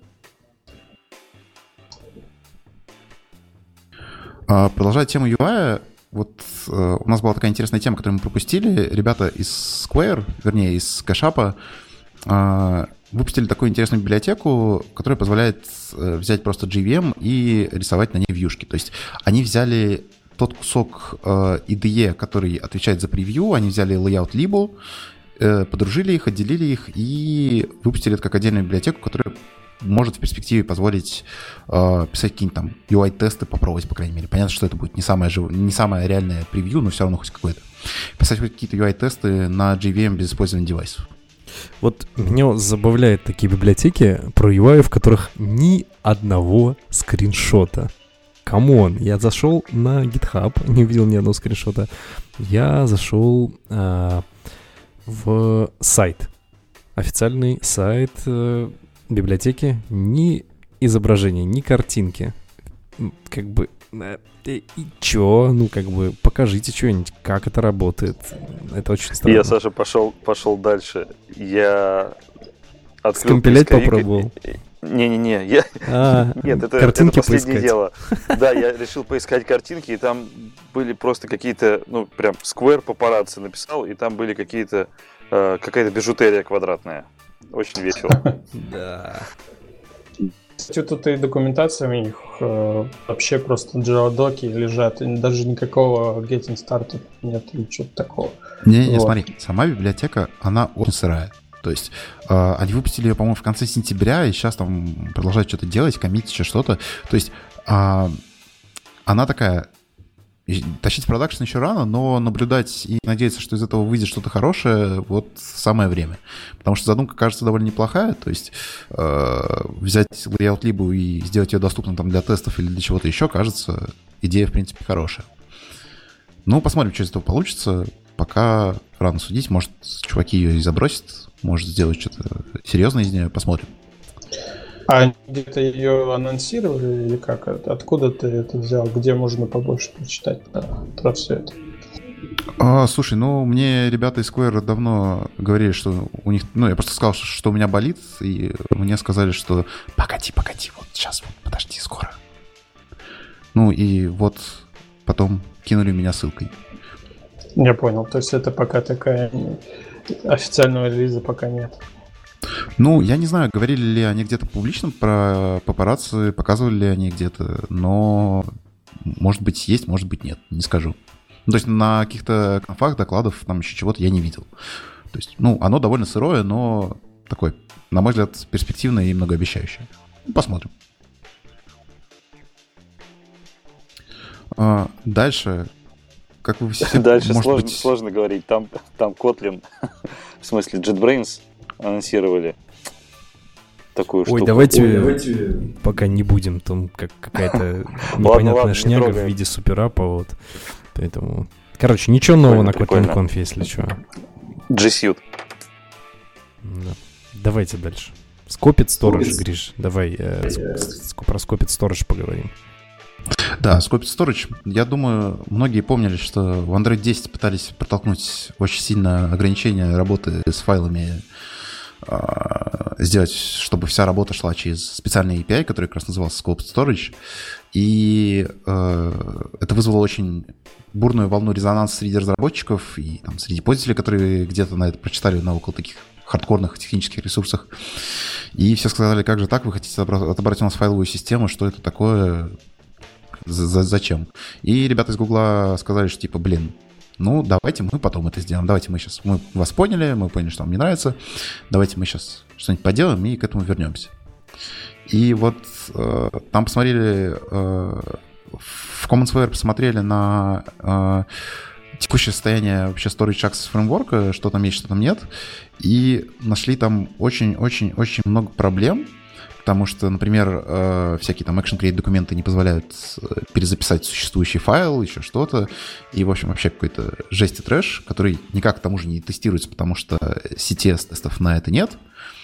Продолжая тему ю ай, вот uh, у нас была такая интересная тема, которую мы пропустили. Ребята из Square, вернее, из Кэшапа, uh, выпустили такую интересную библиотеку, которая позволяет uh, взять просто джей ви эм и рисовать на ней вьюшки. То есть они взяли тот кусок uh, ай ди и, который отвечает за превью, они взяли layout libel, uh, подружили их, отделили их и выпустили это как отдельную библиотеку, которая может в перспективе позволить э, писать какие-нибудь там ю ай-тесты, попробовать, по крайней мере. Понятно, что это будет не самое, жив... не самое реальное превью, но все равно хоть какое-то. Писать хоть какие-то ю ай-тесты на джей ви эм без использования девайсов. Вот меня забавляют такие библиотеки про ю ай, в которых ни одного скриншота. Камон, я зашел на GitHub, не увидел ни одного скриншота. Я зашел э, в сайт. Официальный сайт... Э, библиотеки, ни изображения, ни картинки. Как бы, и чё? Ну, как бы, покажите что-нибудь, как это работает. Это очень странно. Я, Саша, пошел, пошел дальше. Я открыл скомпилять попробовал. Не-не-не, я... А, Нет, это, картинки это последнее поискать. дело. Да, я решил поискать картинки, и там были просто какие-то, ну, прям Square папарацци написал, и там были какие-то, э, какая-то бижутерия квадратная. Очень весело. Да. Кстати, тут и документация у них э, вообще просто Java-доки лежат, и даже никакого getting started нет или что-то такого. Не-не, вот. Смотри, сама библиотека, она очень сырая. То есть э, они выпустили ее, по-моему, в конце сентября, и сейчас там продолжают что-то делать, коммитить еще что-то. То есть э, она такая... Тащить в продакшн еще рано, но наблюдать и надеяться, что из этого выйдет что-то хорошее, вот самое время. Потому что задумка кажется довольно неплохая, то есть э, взять layout libel и сделать ее доступной там для тестов или для чего-то еще, кажется, идея, в принципе, хорошая. Ну, посмотрим, что из этого получится. Пока рано судить, может, чуваки ее и забросят, может сделать что-то серьезное из нее, посмотрим. А где-то ее анонсировали или как? Откуда ты это взял? Где можно побольше прочитать про, про все это? А, слушай, ну, мне ребята из Square давно говорили, что у них... Ну, я просто сказал, что, что у меня болит, и мне сказали, что погоди, погоди, вот сейчас, вот, подожди, скоро. Ну, и вот потом кинули меня ссылкой. Я понял, то есть это пока такая... Официального релиза пока нет. Ну, я не знаю, говорили ли они где-то публично про папарацци, показывали ли они где-то, но может быть есть, может быть нет, не скажу. Ну, то есть на каких-то конфах, докладов, там еще чего-то я не видел. То есть, ну, оно довольно сырое, но такое, на мой взгляд, перспективное и многообещающее. Посмотрим. А, дальше, как вы все... Дальше сложно, быть... сложно говорить. Там, там Kotlin, в смысле JetBrains анонсировали такую штуку. Ой, давайте, Ой, давайте пока не будем. Там как какая-то непонятная шняга в виде суперапа. Вот. Поэтому... Короче, ничего нового на Kotlin Conf, если что. G Suite. Да. Давайте дальше. Scoped Storage, Гриш. Давай э, про Scoped Storage поговорим. Да, Scoped Storage. Я думаю, многие помнили, что в Android десять пытались протолкнуть очень сильно ограничения работы с файлами, сделать, чтобы вся работа шла через специальный эй пи ай, который как раз назывался Scoped Storage. И э, это вызвало очень бурную волну резонанса среди разработчиков и там, среди пользователей, которые где-то на это прочитали на около таких хардкорных технических ресурсах. И все сказали, как же так, вы хотите отобрать у нас файловую систему, что это такое, зачем? И ребята из Гугла сказали, что типа, блин, ну, давайте мы потом это сделаем. Давайте мы сейчас... Мы вас поняли, мы поняли, что вам не нравится. Давайте мы сейчас что-нибудь поделаем и к этому вернемся. И вот э, там посмотрели... Э, в Commonsware посмотрели на э, текущее состояние вообще Storage Access Framework, что там есть, что там нет. И нашли там очень-очень-очень много проблем. Потому что, например, э, всякие там Action Create документы не позволяют перезаписать существующий файл, еще что-то. И, в общем, вообще какой-то жесть и трэш, который никак к тому же не тестируется, потому что си ти эс-тестов на это нет.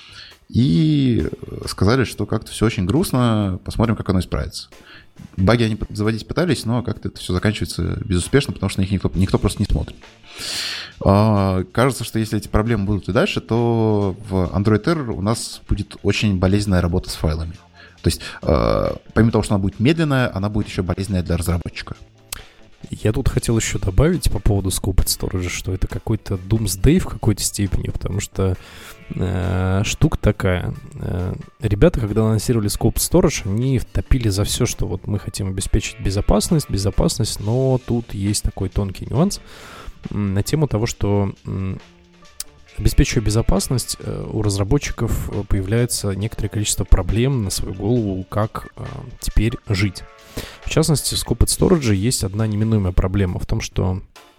И сказали, что как-то все очень грустно, посмотрим, как оно исправится. Баги они заводить пытались, но как-то это все заканчивается безуспешно, потому что на них никто, никто просто не смотрит. Кажется, что если эти проблемы будут и дальше, то в Android Error у нас будет очень болезненная работа с файлами. То есть, помимо того, что она будет медленная, она будет еще болезненная для разработчика. Я тут хотел еще добавить по поводу Scoped Storage, что это какой-то Doomsday в какой-то степени, потому что э, штука такая. Э, ребята, когда анонсировали Scoped Storage, они втопили за все, что вот мы хотим обеспечить безопасность, безопасность, но тут есть такой тонкий нюанс э, на тему того, что э, обеспечивая безопасность, э, у разработчиков появляется некоторое количество проблем на свою голову, как э, теперь жить. В частности, в Scoped Storage есть одна неминуемая проблема в том, что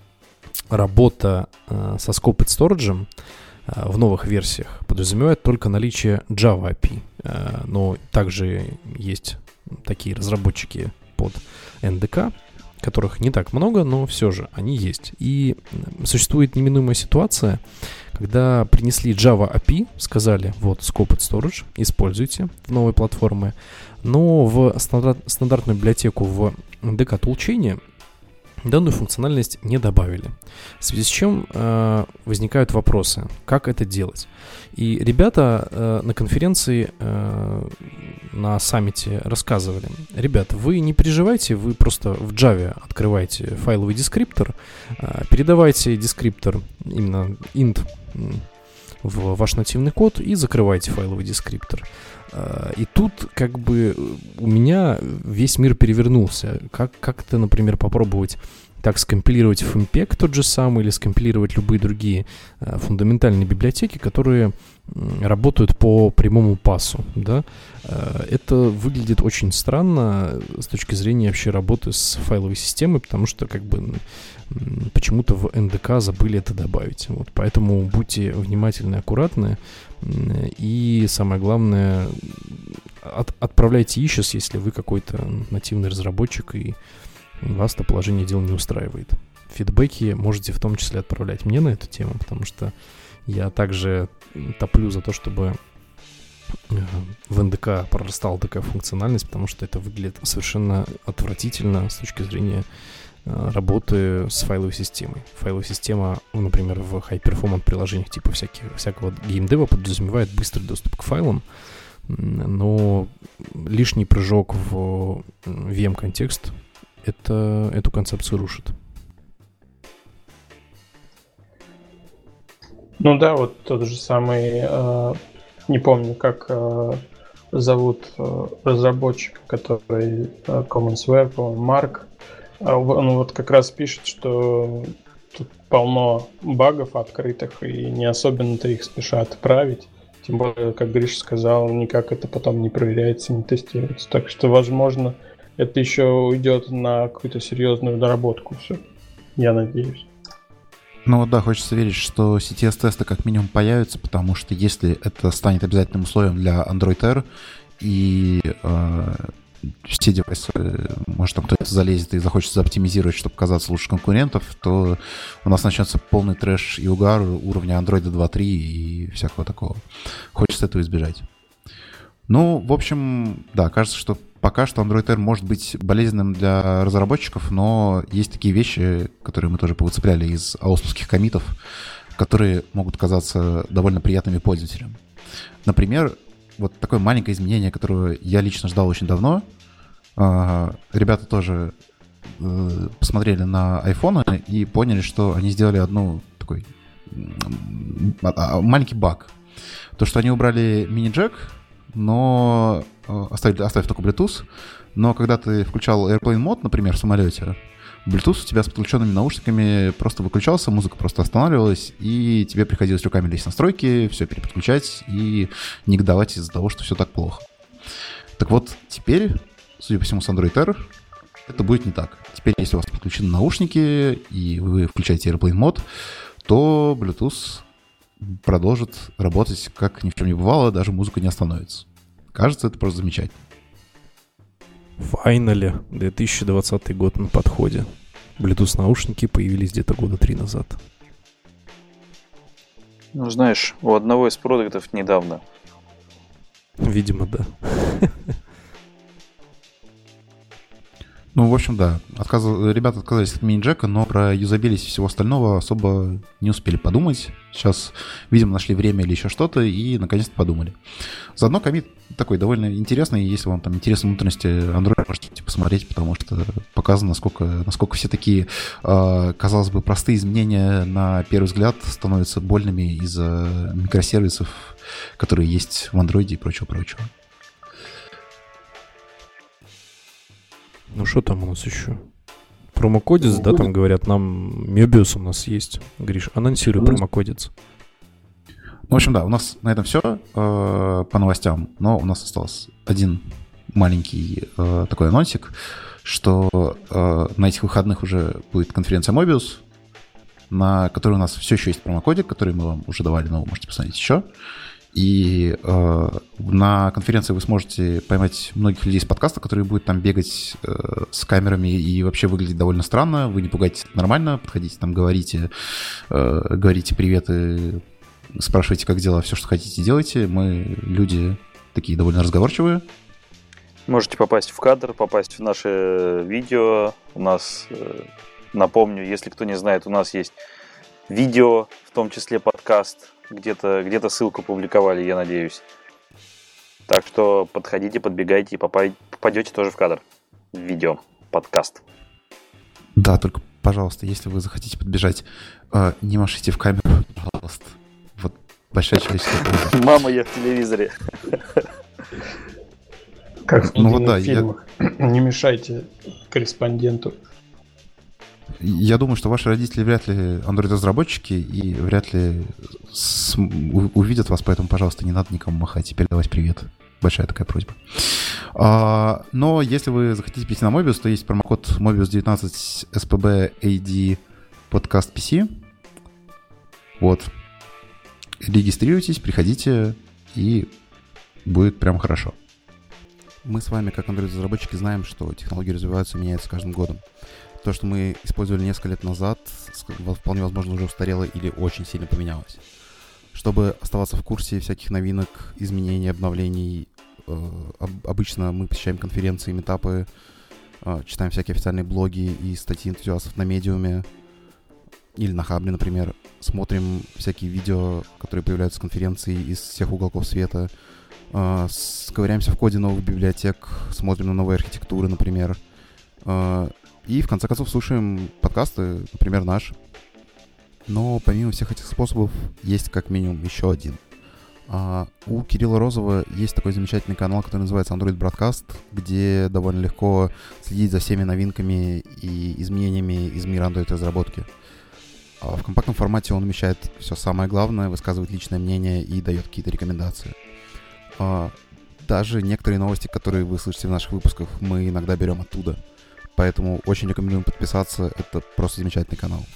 работа э, со Scoped Storage э, в новых версиях подразумевает только наличие Java эй пи ай. Э, но также есть такие разработчики под эн ди кей, которых не так много, но все же они есть. И существует неминуемая ситуация, когда принесли Java эй пи ай, сказали, вот Scoped Storage, используйте в новой платформе, но в стандарт, стандартную библиотеку в эн ди кей-тулчейне данную функциональность не добавили. В связи с чем э, возникают вопросы, как это делать. И ребята э, на конференции, э, на саммите рассказывали: ребят, вы не переживайте, вы просто в Java открываете файловый дескриптор, э, передавайте дескриптор, именно int, в ваш нативный код и закрывайте файловый дескриптор. И тут как бы у меня весь мир перевернулся. Как, как-то, например, попробовать так скомпилировать эф эм пег тот же самый или скомпилировать любые другие э, фундаментальные библиотеки, которые э, работают по прямому пасу, да? Э, это выглядит очень странно с точки зрения вообще работы с файловой системой, потому что как бы э, почему-то в эн ди кей забыли это добавить. Вот, поэтому будьте внимательны, аккуратны э, и самое главное, от, отправляйте issues, если вы какой-то нативный разработчик и вас это положение дел не устраивает. Фидбэки можете в том числе отправлять мне на эту тему, потому что я также топлю за то, чтобы в эн ди кей прорастала такая функциональность, потому что это выглядит совершенно отвратительно с точки зрения работы с файловой системой. Файловая система, например, в high-performance приложениях типа всяких, всякого геймдева подразумевает быстрый доступ к файлам, но лишний прыжок в ви эм-контекст Это, эту концепцию рушит. Ну да, вот тот же самый, э, не помню, как э, зовут э, разработчика, который э, Commonsware, по-моему, Марк, А он вот как раз пишет, что тут полно багов открытых, и не особенно-то их спешат править. Тем более, как Гриша сказал, никак это потом не проверяется, не тестируется. Так что, возможно, это еще уйдет на какую-то серьезную доработку все. Я надеюсь. Ну вот да, хочется верить, что си ти эс-тесты как минимум появятся, потому что если это станет обязательным условием для Android Air, и э, все девайсы, может, там кто-то залезет и захочет заоптимизировать, чтобы казаться лучше конкурентов, то у нас начнется полный трэш и угар уровня Android два точка три и всякого такого. Хочется этого избежать. Ну, в общем, да, кажется, что пока что Android Air может быть болезненным для разработчиков, но есть такие вещи, которые мы тоже повыцепляли из аоспских коммитов, которые могут казаться довольно приятными пользователям. Например, вот такое маленькое изменение, которое я лично ждал очень давно. Ребята тоже посмотрели на айфоны и поняли, что они сделали одну такой маленький баг. То, что они убрали мини-джек, но оставили, оставив только Bluetooth, но когда ты включал Airplane Mode, например, в самолете, Bluetooth у тебя с подключенными наушниками просто выключался, музыка просто останавливалась, и тебе приходилось руками лезть в настройки, все переподключать и негодовать из-за того, что все так плохо. Так вот, теперь, судя по всему, с Android Air это будет не так. Теперь, если у вас подключены наушники, и вы включаете Airplane Mode, то Bluetooth продолжит работать, как ни в чем не бывало, даже музыка не остановится. Кажется, это просто замечательно. Finally, две тысячи двадцатый год на подходе. Bluetooth-наушники появились где-то года три назад. Ну, знаешь, у одного из продуктов недавно. Видимо, да. Ну, в общем, да. Отказ... Ребята отказались от мини-джека, но про юзабилити и всего остального особо не успели подумать. Сейчас, видимо, нашли время или еще что-то и наконец-то подумали. Заодно коммит такой довольно интересный. Если вам там интересны внутренности Android, можете посмотреть, потому что показано, насколько, насколько все такие, э, казалось бы, простые изменения на первый взгляд становятся больными из-за микросервисов, которые есть в Android и прочего-прочего. Ну что там у нас еще? Промокодец, да, там говорят, нам Мебиус у нас есть. Гриш, анонсируй mm-hmm. промокодец. В общем, да, у нас на этом все э, по новостям, но у нас остался один маленький э, такой анонсик, что э, на этих выходных уже будет конференция Mobius, на которой у нас все еще есть промокодик, который мы вам уже давали, но вы можете посмотреть еще. И э, на конференции вы сможете поймать многих людей с подкаста, которые будут там бегать э, с камерами и вообще выглядеть довольно странно. Вы не пугайтесь, нормально, подходите там, говорите, э, говорите приветы, спрашивайте, как дела, все, что хотите, делайте. Мы люди такие довольно разговорчивые. Можете попасть в кадр, попасть в наше видео. У нас, э, напомню, если кто не знает, у нас есть видео, в том числе подкаст. Где-то, где-то ссылку публиковали, я надеюсь. Так что подходите, подбегайте и попадете тоже в кадр. В видео, подкаст. Да, только, пожалуйста, если вы захотите подбежать, не машите в камеру, пожалуйста. Вот большая человеческая. Мама, я в телевизоре. Как в ну, вот да, фильмах. Я... Не мешайте корреспонденту. Я думаю, что ваши родители вряд ли Android-разработчики и вряд ли с... увидят вас, поэтому, пожалуйста, не надо никому махать и передавать привет. Большая такая просьба. А, но если вы захотите перейти на Mobius, то есть промокод Mobius девятнадцать эс пи би эй ди подкаст пи си. Вот. Регистрируйтесь, приходите, и будет прям хорошо. Мы с вами, как Android-разработчики, знаем, что технологии развиваются и меняются с каждым годом. То, что мы использовали несколько лет назад, вполне возможно, уже устарело или очень сильно поменялось. Чтобы оставаться в курсе всяких новинок, изменений, обновлений, э, обычно мы посещаем конференции, митапы, э, читаем всякие официальные блоги и статьи энтузиастов на Медиуме или на Хабре, например. Смотрим всякие видео, которые появляются с конференции из всех уголков света. Э, ковыряемся в коде новых библиотек, смотрим на новые архитектуры, например. Э, И, в конце концов, слушаем подкасты, например, наш. Но помимо всех этих способов, есть как минимум еще один. А, у Кирилла Розова есть такой замечательный канал, который называется Android Broadcast, где довольно легко следить за всеми новинками и изменениями из мира Android-разработки. А в компактном формате он умещает все самое главное, высказывает личное мнение и дает какие-то рекомендации. А, даже некоторые новости, которые вы слышите в наших выпусках, мы иногда берем оттуда. Поэтому очень рекомендуем подписаться. Это просто замечательный канал.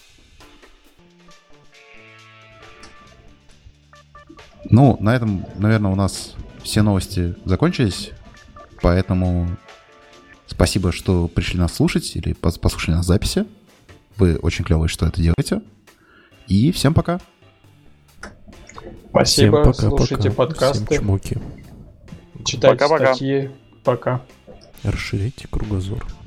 Ну, на этом, наверное, у нас все новости закончились. Поэтому спасибо, что пришли нас слушать или послушали нас в записи. Вы очень клевые, что это делаете. И всем пока. Спасибо. Всем пока, Слушайте пока. подкасты. Всем чмоки. Читайте Пока-пока. статьи. Пока. Расширяйте кругозор.